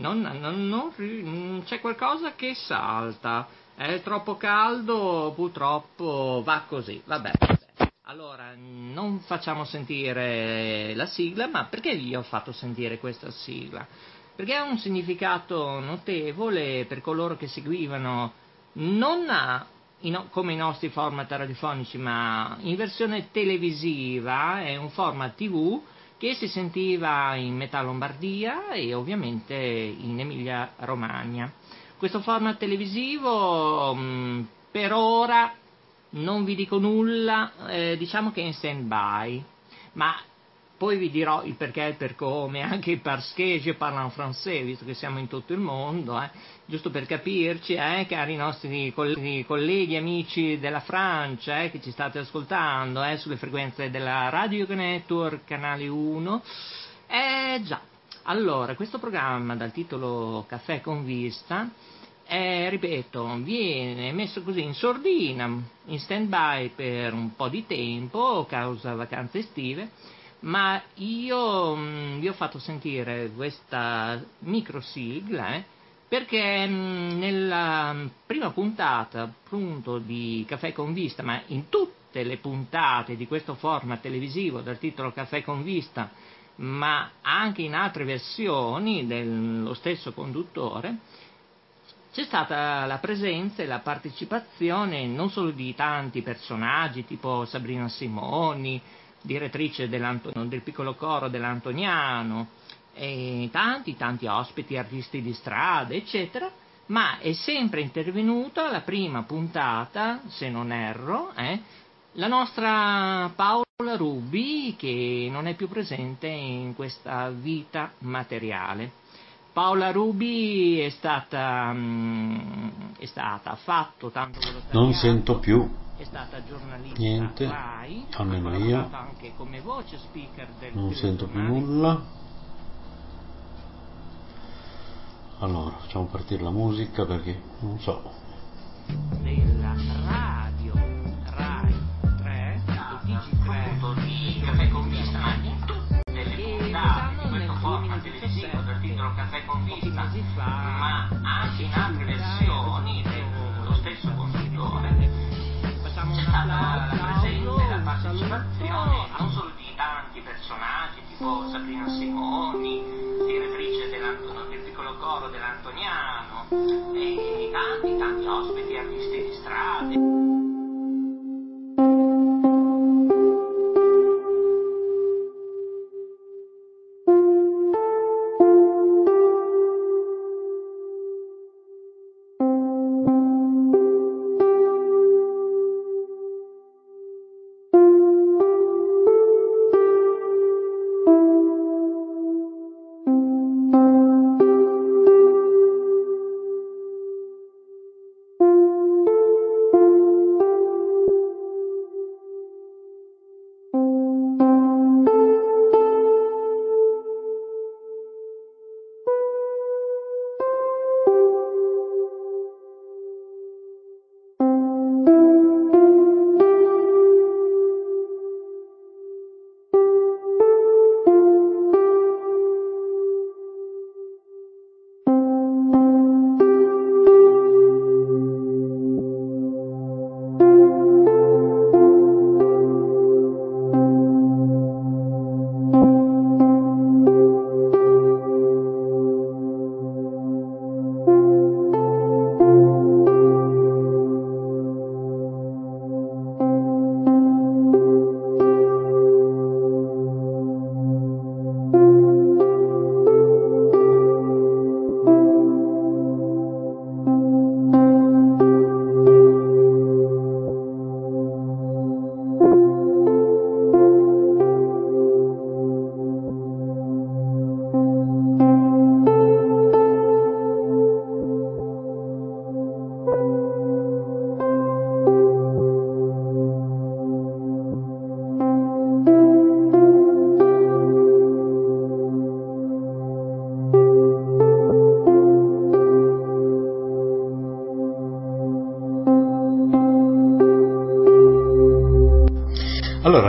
c'è qualcosa che salta. È troppo caldo, purtroppo va così. Vabbè. Allora, non facciamo sentire la sigla, ma perché vi ho fatto sentire questa sigla? Perché ha un significato notevole per coloro che seguivano non come i nostri format radiofonici, ma in versione televisiva. È un format TV che si sentiva in metà Lombardia e ovviamente in Emilia Romagna. Questo format televisivo per ora non vi dico nulla, diciamo che è in stand-by, ma poi vi dirò il perché e il per come, anche i parce que je parle en français, visto che siamo in tutto il mondo, giusto per capirci, cari nostri colleghi, amici della Francia, che ci state ascoltando, sulle frequenze della Radio Network, canale 1. Già, allora, questo programma dal titolo Caffè con Vista, ripeto, viene messo così in sordina, in stand-by per un po' di tempo, causa vacanze estive, ma io vi ho fatto sentire questa microsigla perché nella prima puntata appunto di Caffè con Vista, ma in tutte le puntate di questo format televisivo dal titolo Caffè con Vista, ma anche in altre versioni dello stesso conduttore, c'è stata la presenza e la partecipazione non solo di tanti personaggi tipo Sabrina Simoni, direttrice del piccolo coro dell'Antoniano, e tanti ospiti, artisti di strada, eccetera, ma è sempre intervenuta alla prima puntata, se non erro, la nostra Paola Rubi, che non è più presente in questa vita materiale. Paola Rubi è stata fatto tanto volontariato. Non sento più. È stata giornalista Niente, Rai, almeno ha io lavorato anche come voce speaker del non sento più telegiornale. nulla. Allora, facciamo partire la musica perché non so. Della radio Rai 3, Digi3 di Caffè con Vista, ma in tutte le puntate di questo format televisivo del titolo Caffè con Vista, ma anche in altre versioni dello stesso conduttore. C'è stata la presenza e la partecipazione non solo di tanti personaggi tipo Sabrina Simoni, direttrice del piccolo coro dell'Antoniano, e tanti ospiti, artisti di strade.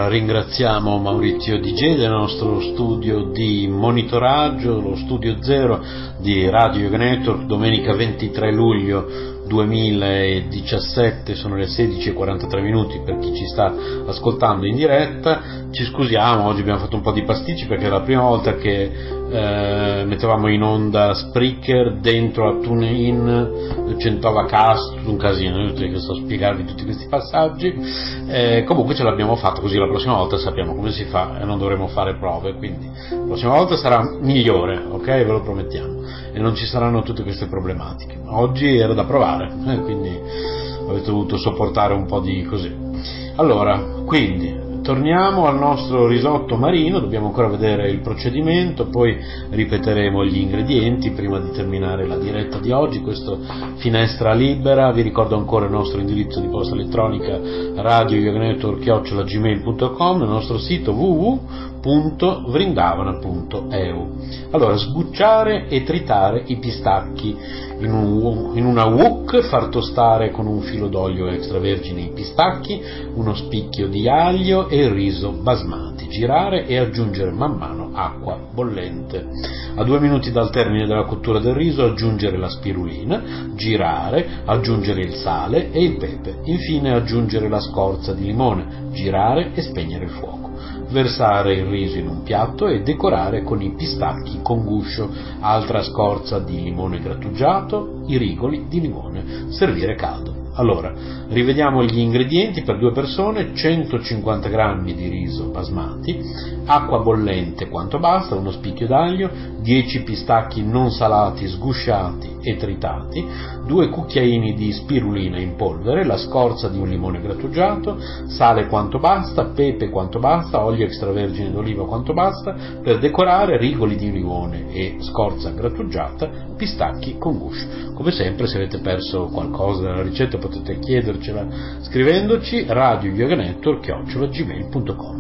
ringraziamo Maurizio DJ del nostro studio di monitoraggio, lo studio zero di Radio Yoga Network, domenica 23 luglio 2017, sono le 16:43 per chi ci sta ascoltando in diretta. Ci scusiamo, oggi abbiamo fatto un po' di pasticci perché è la prima volta che mettevamo in onda Spreaker dentro a TuneIn, Centovacast, tutto un casino, inutile che sto a spiegarvi tutti questi passaggi. Comunque ce l'abbiamo fatto, così la prossima volta sappiamo come si fa e non dovremo fare prove, quindi la prossima volta sarà migliore, ok? Ve lo promettiamo, e non ci saranno tutte queste problematiche. Oggi era da provare, quindi avete dovuto sopportare un po' di così. Allora, quindi torniamo al nostro risotto marino, dobbiamo ancora vedere il procedimento, poi ripeteremo gli ingredienti prima di terminare la diretta di oggi. Questo Finestra Libera, vi ricordo ancora il nostro indirizzo di posta elettronica radioyoganetwork@gmail.com, il nostro sito www.vrindavana.eu. Allora, sbucciare e tritare i pistacchi in una wok, far tostare con un filo d'olio extravergine i pistacchi, uno spicchio di aglio e il riso basmati, girare e aggiungere man mano acqua bollente. A 2 minuti dal termine della cottura del riso aggiungere la spirulina, girare, aggiungere il sale e il pepe, infine aggiungere la scorza di limone, girare e spegnere il fuoco. Versare il riso in un piatto e decorare con i pistacchi con guscio, altra scorza di limone grattugiato, i rigoli di limone, servire caldo. Allora, rivediamo gli ingredienti per 2 persone: 150 g di riso basmati, acqua bollente quanto basta, uno spicchio d'aglio, 10 pistacchi non salati sgusciati e tritati, 2 cucchiaini di spirulina in polvere, la scorza di un limone grattugiato, sale quanto basta, pepe quanto basta, olio extravergine d'oliva quanto basta, per decorare rigoli di limone e scorza grattugiata, pistacchi con guscio. Come sempre, se avete perso qualcosa della ricetta potete chiedercela scrivendoci radioyoganetwork@gmail.com.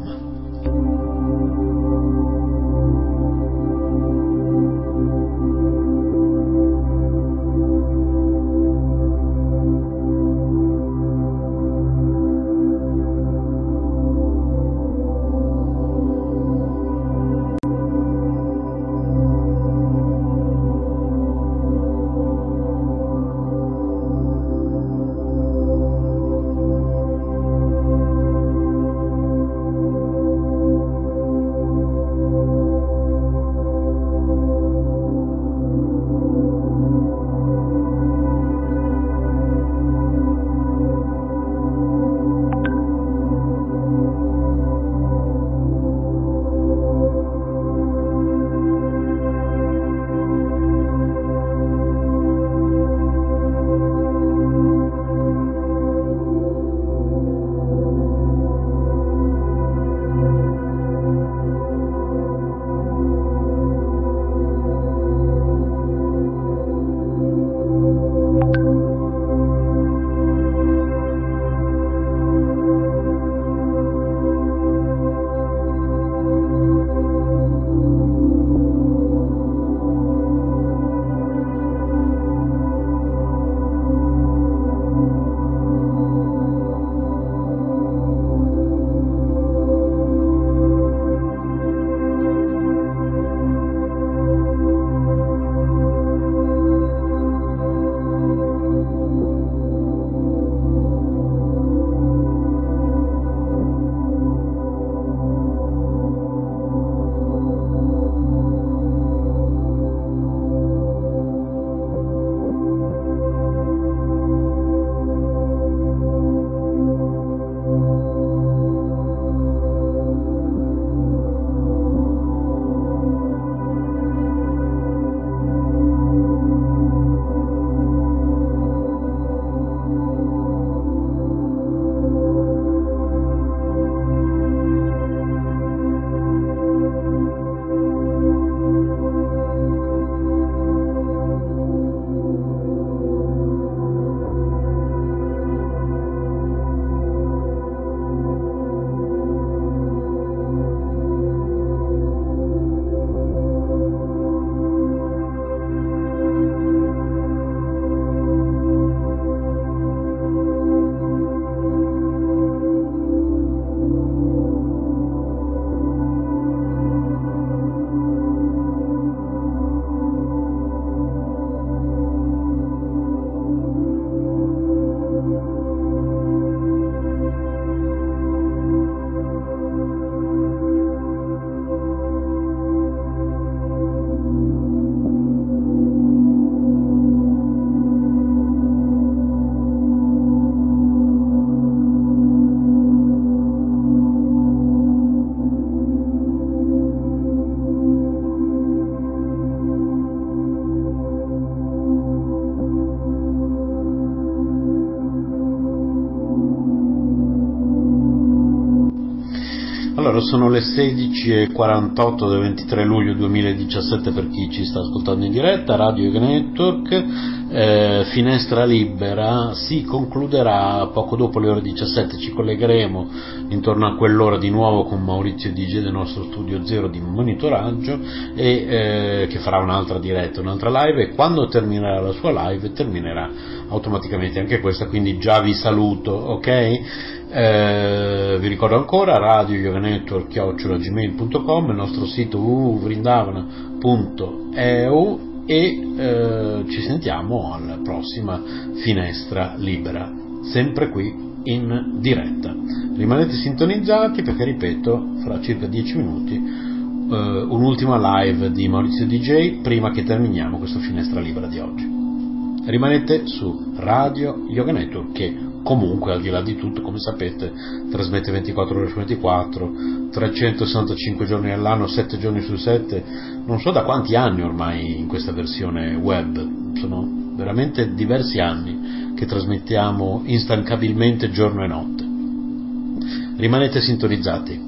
sono le 16:48 del 23 luglio 2017 per chi ci sta ascoltando in diretta. Radio Yoga Network, finestra libera, si concluderà poco dopo le ore 17. Ci collegheremo intorno a quell'ora di nuovo con Maurizio DJ del nostro studio 0 di monitoraggio, e che farà un'altra diretta, un'altra live, e quando terminerà la sua live terminerà automaticamente anche questa, quindi già vi saluto, ok? Vi ricordo ancora Radio Yoga Network @gmail.com, il nostro sito www.vrindavana.eu, e ci sentiamo alla prossima finestra libera, sempre qui in diretta. Rimanete sintonizzati perché, ripeto, fra circa 10 minuti un'ultima live di Maurizio DJ prima che terminiamo questa finestra libera di oggi. Rimanete su Radio Yoga Network, che comunque, al di là di tutto, come sapete, trasmette 24 ore su 24, 365 giorni all'anno, 7 giorni su 7, non so da quanti anni ormai in questa versione web, sono veramente diversi anni che trasmettiamo instancabilmente giorno e notte. Rimanete sintonizzati.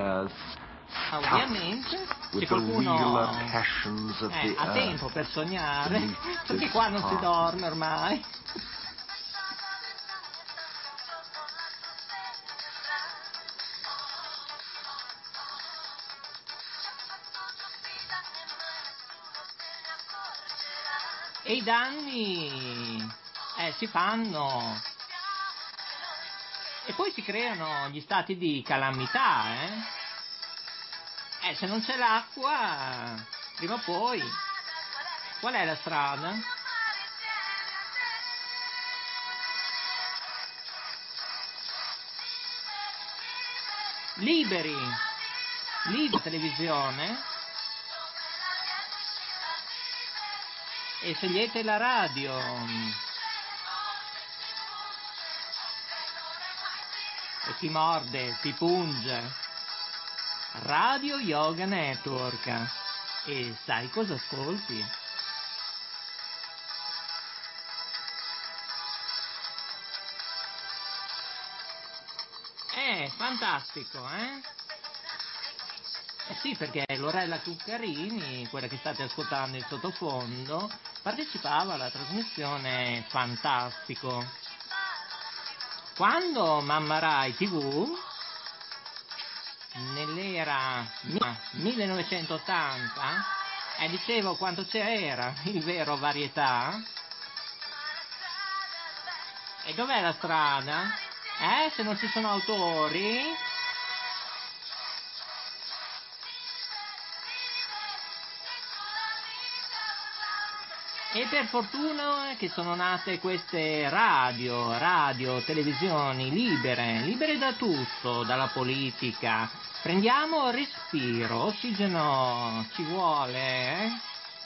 Ovviamente se qualcuno ha tempo per sognare, perché qua non si dorme ormai. E i danni si fanno, e poi si creano gli stati di calamità, se non c'è l'acqua, prima o poi, qual è la strada? Liberi, televisione, e scegliete la radio. E ti morde, ti punge. Radio Yoga Network. E sai cosa ascolti? Fantastico, sì, perché Lorella Cuccarini, quella che state ascoltando in sottofondo, partecipava alla trasmissione Fantastico. Quando Mamma Rai TV, nell'era 1980, dicevo quanto c'era il vero varietà. E dov'è la strada? Se non ci sono autori? E per fortuna che sono nate queste radio, televisioni libere da tutto, dalla politica. Prendiamo respiro, ossigeno ci vuole,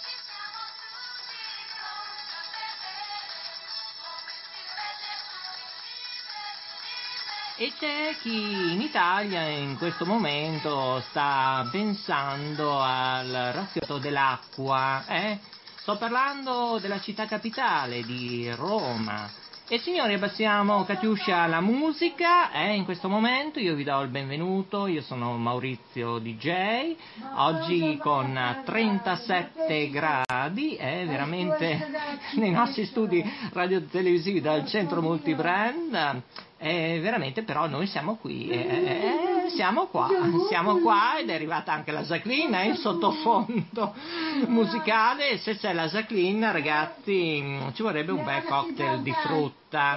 E c'è chi in Italia in questo momento sta pensando al raffio dell'acqua, Sto parlando della città capitale, di Roma. E signori, abbassiamo Catiuscia la musica, in questo momento io vi do il benvenuto, io sono Maurizio DJ, oggi con 37 gradi, veramente nei nostri studi radio-televisivi dal centro multibrand, veramente però noi siamo qui, siamo qua ed è arrivata anche la Jacqueline in sottofondo musicale, e se c'è la Jacqueline, ragazzi, ci vorrebbe un bel cocktail di frutta.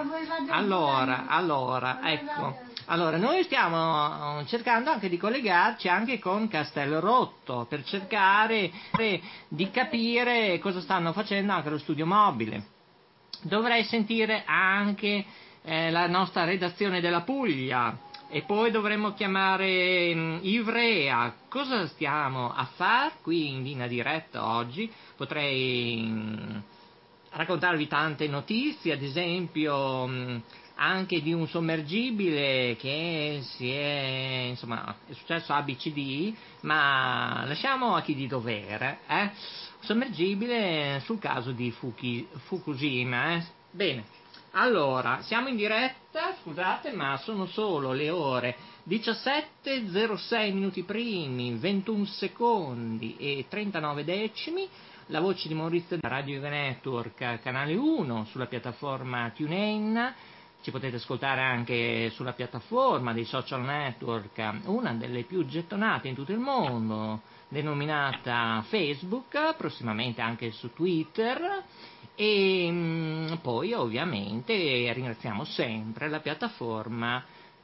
Allora, ecco. Allora, noi stiamo cercando anche di collegarci anche con Castelrotto per cercare di capire cosa stanno facendo anche lo studio mobile. Dovrei sentire anche la nostra redazione della Puglia, e poi dovremmo chiamare Ivrea. Cosa stiamo a fare qui in linea diretta oggi? Potrei raccontarvi tante notizie, ad esempio anche di un sommergibile che è successo ABCD, ma lasciamo a chi di dovere, sommergibile sul caso di Fukushima, Bene, allora, siamo in diretta, scusate, ma sono solo le ore 17:06 minuti primi, 21 secondi e 39 decimi, la voce di Maurizio da Radio Yoga Network, canale 1, sulla piattaforma TuneIn. Ci potete ascoltare anche sulla piattaforma dei social network, una delle più gettonate in tutto il mondo, denominata Facebook, prossimamente anche su Twitter. E poi ovviamente ringraziamo sempre la piattaforma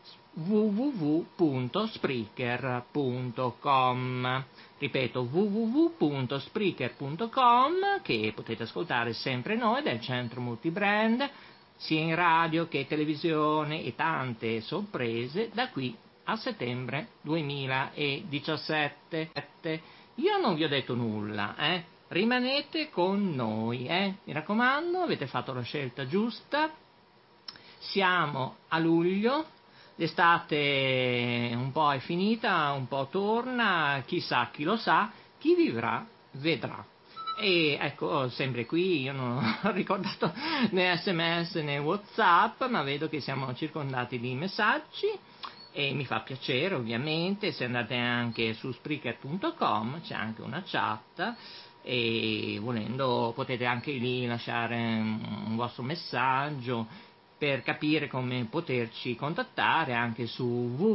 www.spreaker.com, ripeto www.spreaker.com, che potete ascoltare sempre noi del centro multibrand, sia in radio che televisione, e tante sorprese da qui a settembre 2017. Io non vi ho detto nulla, rimanete con noi, mi raccomando, avete fatto la scelta giusta. Siamo a luglio, l'estate un po' è finita, un po' torna, chissà, chi lo sa, chi vivrà vedrà. E ecco, sempre qui, io non ho ricordato né SMS né WhatsApp, ma vedo che siamo circondati di messaggi. e mi fa piacere ovviamente. Se andate anche su Spreaker.com c'è anche una chat e volendo potete anche lì lasciare un vostro messaggio per capire come poterci contattare anche su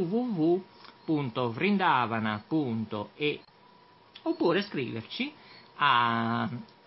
www.vrindavana.e oppure scriverci a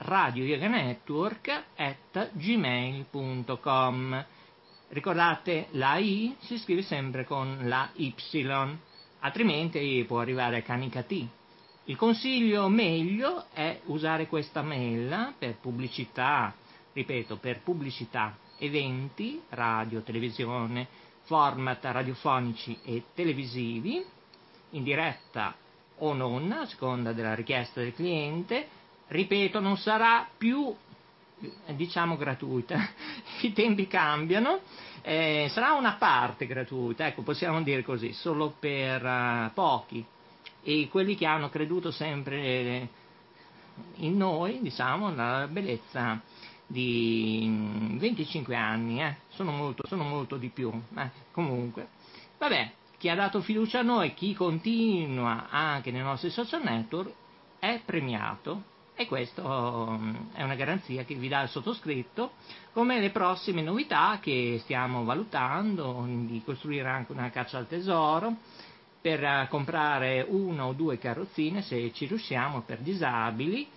radioyoganetwork@gmail.com. Ricordate, la I si scrive sempre con la Y, altrimenti può arrivare a canicati. Il consiglio meglio è usare questa mail per pubblicità, ripeto, per pubblicità, eventi, radio, televisione, format radiofonici e televisivi, in diretta o non, a seconda della richiesta del cliente. Ripeto, non sarà più, diciamo, gratuita, i tempi cambiano, sarà una parte gratuita, ecco, possiamo dire così, solo per pochi, e quelli che hanno creduto sempre in noi, diciamo, la bellezza di 25 anni, sono molto di più, comunque, vabbè, chi ha dato fiducia a noi, chi continua anche nei nostri social network è premiato, e questo è una garanzia che vi dà il sottoscritto, come le prossime novità che stiamo valutando, di costruire anche una caccia al tesoro per comprare una o due carrozzine, se ci riusciamo, per disabili.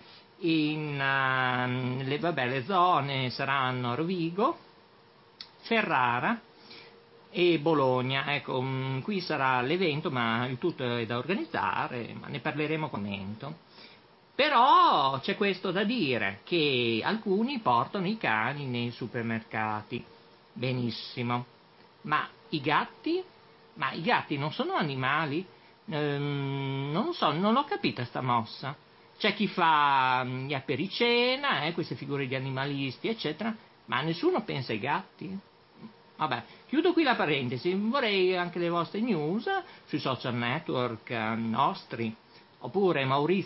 Le zone saranno Rovigo, Ferrara e Bologna. Ecco, qui sarà l'evento, ma il tutto è da organizzare, ma ne parleremo con momento. Però c'è questo da dire, che alcuni portano i cani nei supermercati. Benissimo. Ma i gatti? Ma i gatti non sono animali? Non lo so, non l'ho capita sta mossa. C'è chi fa gli apericena, queste figure di animalisti, eccetera, ma nessuno pensa ai gatti? Vabbè, chiudo qui la parentesi, vorrei anche le vostre news sui social network nostri, oppure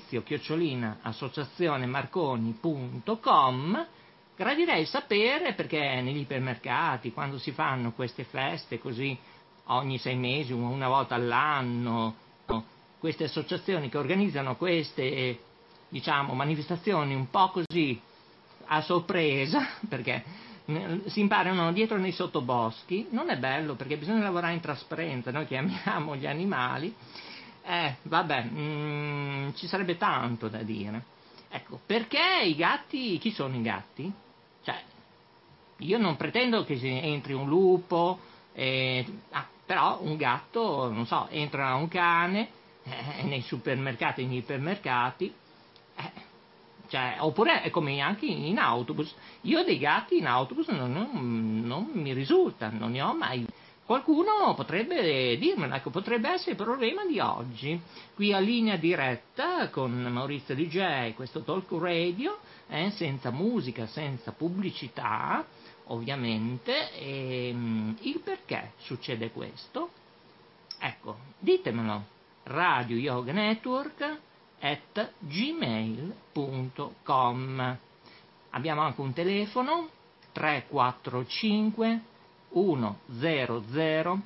Maurizio@associazionemarconi.com. Gradirei sapere, perché negli ipermercati, quando si fanno queste feste così ogni 6 mesi, una volta all'anno, queste associazioni che organizzano queste, diciamo, manifestazioni un po' così a sorpresa, perché si imparano dietro nei sottoboschi, non è bello, perché bisogna lavorare in trasparenza, noi che amiamo gli animali. Vabbè, ci sarebbe tanto da dire. Ecco, perché i gatti, chi sono i gatti? Cioè, io non pretendo che entri un lupo, però un gatto, non so, entra un cane nei supermercati, negli ipermercati, cioè, oppure è come anche in autobus. Io dei gatti in autobus non mi risulta, non ne ho mai. Qualcuno potrebbe dirmelo, ecco, potrebbe essere il problema di oggi. Qui a linea diretta con Maurizio DJ, questo talk radio, senza musica, senza pubblicità, ovviamente. Il perché succede questo? Ecco, ditemelo. Radio Yoga Network @gmail.com. Abbiamo anche un telefono 345 100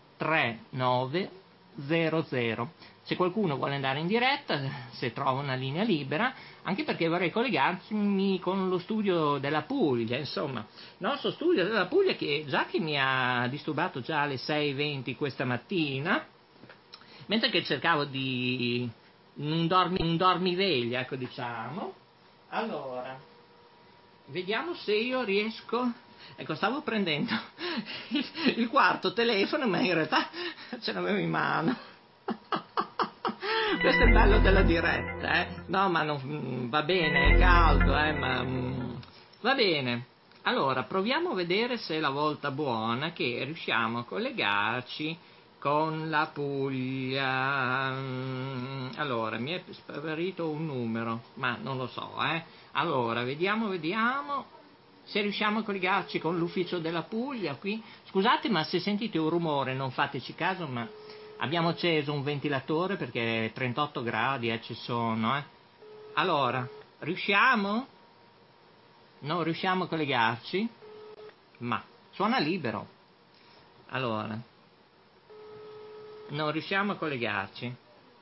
3900. Se qualcuno vuole andare in diretta, se trova una linea libera, anche perché vorrei collegarmi con lo studio della Puglia, insomma, il nostro studio della Puglia, che mi ha disturbato già alle 6:20 questa mattina, mentre che cercavo di un dormiveglia, ecco, diciamo. Allora, vediamo se io riesco. Ecco, stavo prendendo il quarto telefono, ma in realtà ce l'avevo in mano. Questo è il bello della diretta, No, ma non va bene, è caldo, ma va bene. Allora, proviamo a vedere se è la volta buona che riusciamo a collegarci con la Puglia. Allora, mi è sparito un numero, ma non lo so, Allora, vediamo se riusciamo a collegarci con l'ufficio della Puglia qui. Scusate, ma se sentite un rumore non fateci caso, ma abbiamo acceso un ventilatore perché 38 gradi ci sono, Allora, riusciamo? Non riusciamo a collegarci? Ma suona libero. Allora, Non riusciamo a collegarci.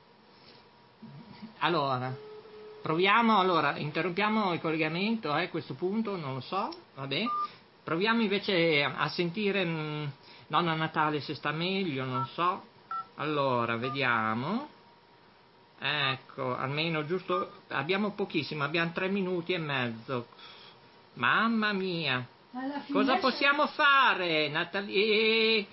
Allora, proviamo, allora, interrompiamo il collegamento a questo punto, non lo so, vabbè. Proviamo invece a sentire Nonna Natale se sta meglio, non so. Allora, vediamo. Ecco, almeno giusto, abbiamo pochissimo, abbiamo 3 minuti e mezzo. Mamma mia. Cosa possiamo fare? Natalie?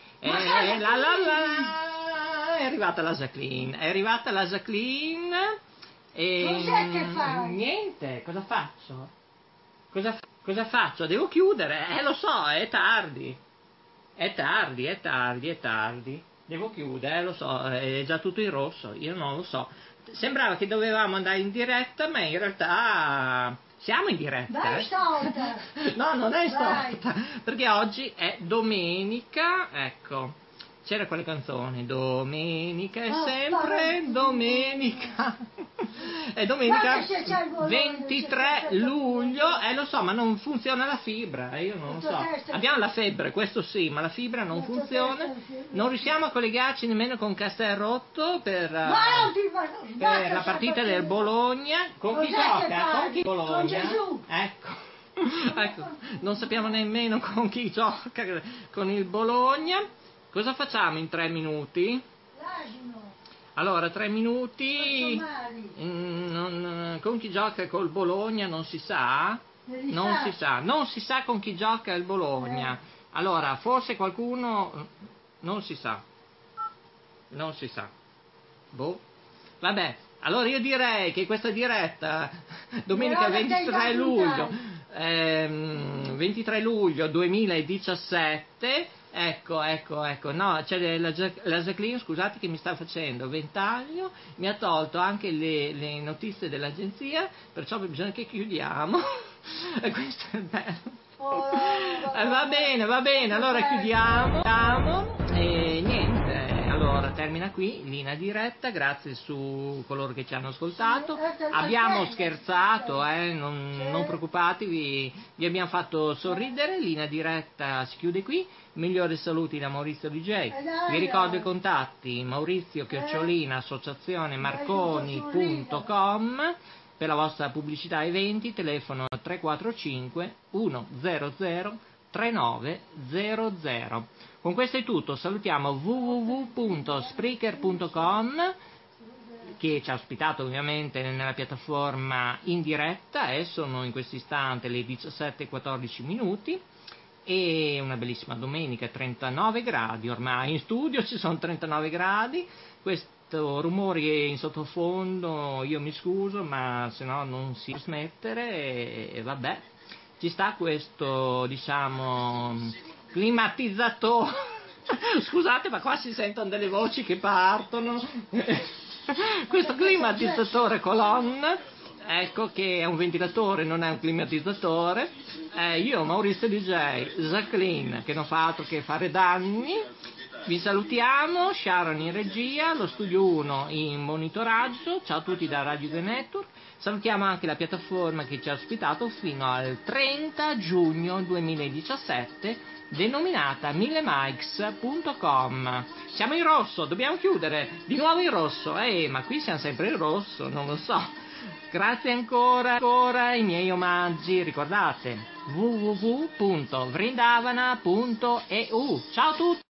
È arrivata la Jacqueline. È arrivata la Jacqueline. Cos'è che fai? Niente, cosa faccio? Cosa faccio? Devo chiudere, lo so, è tardi. È tardi. Devo chiudere, lo so, è già tutto in rosso, io non lo so. Sembrava che dovevamo andare in diretta, ma in realtà siamo in diretta. Dai, storta! No, non è Dai. storta, perché oggi è domenica, ecco. C'era quella canzone, domenica è sempre domenica. È domenica Guarda se c'è il bolone, 23 c'è il luglio, lo so, ma non funziona la fibra, io non lo so. Abbiamo la febbre, questo sì, ma la fibra non funziona. Non riusciamo a collegarci nemmeno con Castelrotto per la partita del Bologna. Con chi gioca? Con chi Bologna? Con Gesù. Ecco, non sappiamo nemmeno con chi gioca, con il Bologna. Cosa facciamo in 3 minuti? L'asino. Allora, 3 minuti. Con chi gioca col Bologna non si sa? Non si sa con chi gioca il Bologna. Allora, forse qualcuno non si sa. Boh. Vabbè, allora io direi che questa diretta domenica 23 luglio 2017. Ecco, no, c'è la Jacqueline, scusate, che mi sta facendo ventaglio, mi ha tolto anche le notizie dell'agenzia, perciò bisogna che chiudiamo. E questo è bello. Va bene, allora chiudiamo e niente. Allora, termina qui, linea diretta, grazie su coloro che ci hanno ascoltato. Abbiamo scherzato, non preoccupatevi, vi abbiamo fatto sorridere, linea diretta si chiude qui. Migliori saluti da Maurizio DJ. Vi ricordo i contatti: maurizio@associazionemarconi.com per la vostra pubblicità eventi, telefono 345 100 3900. Con questo è tutto, salutiamo www.spreaker.com che ci ha ospitato ovviamente nella piattaforma in diretta, sono in questo istante le 17:14 minuti e una bellissima domenica, 39 gradi, ormai in studio ci sono 39 gradi, questo rumore in sottofondo io mi scuso, ma se no non si può smettere e vabbè. Ci sta questo, diciamo, climatizzatore. Scusate, ma qua si sentono delle voci che partono. Questo climatizzatore colonna, ecco, che è un ventilatore, non è un climatizzatore. Io, Maurizio DJ, Jacqueline, che non fa altro che fare danni. Vi salutiamo, Sharon in regia, lo studio 1 in monitoraggio. Ciao a tutti da Radio The Network. Salutiamo anche la piattaforma che ci ha ospitato fino al 30 giugno 2017, denominata millemikes.com. Siamo in rosso, dobbiamo chiudere, di nuovo in rosso, ma qui siamo sempre in rosso, non lo so. Grazie ancora ai miei omaggi, ricordate www.vrindavana.eu. Ciao a tutti!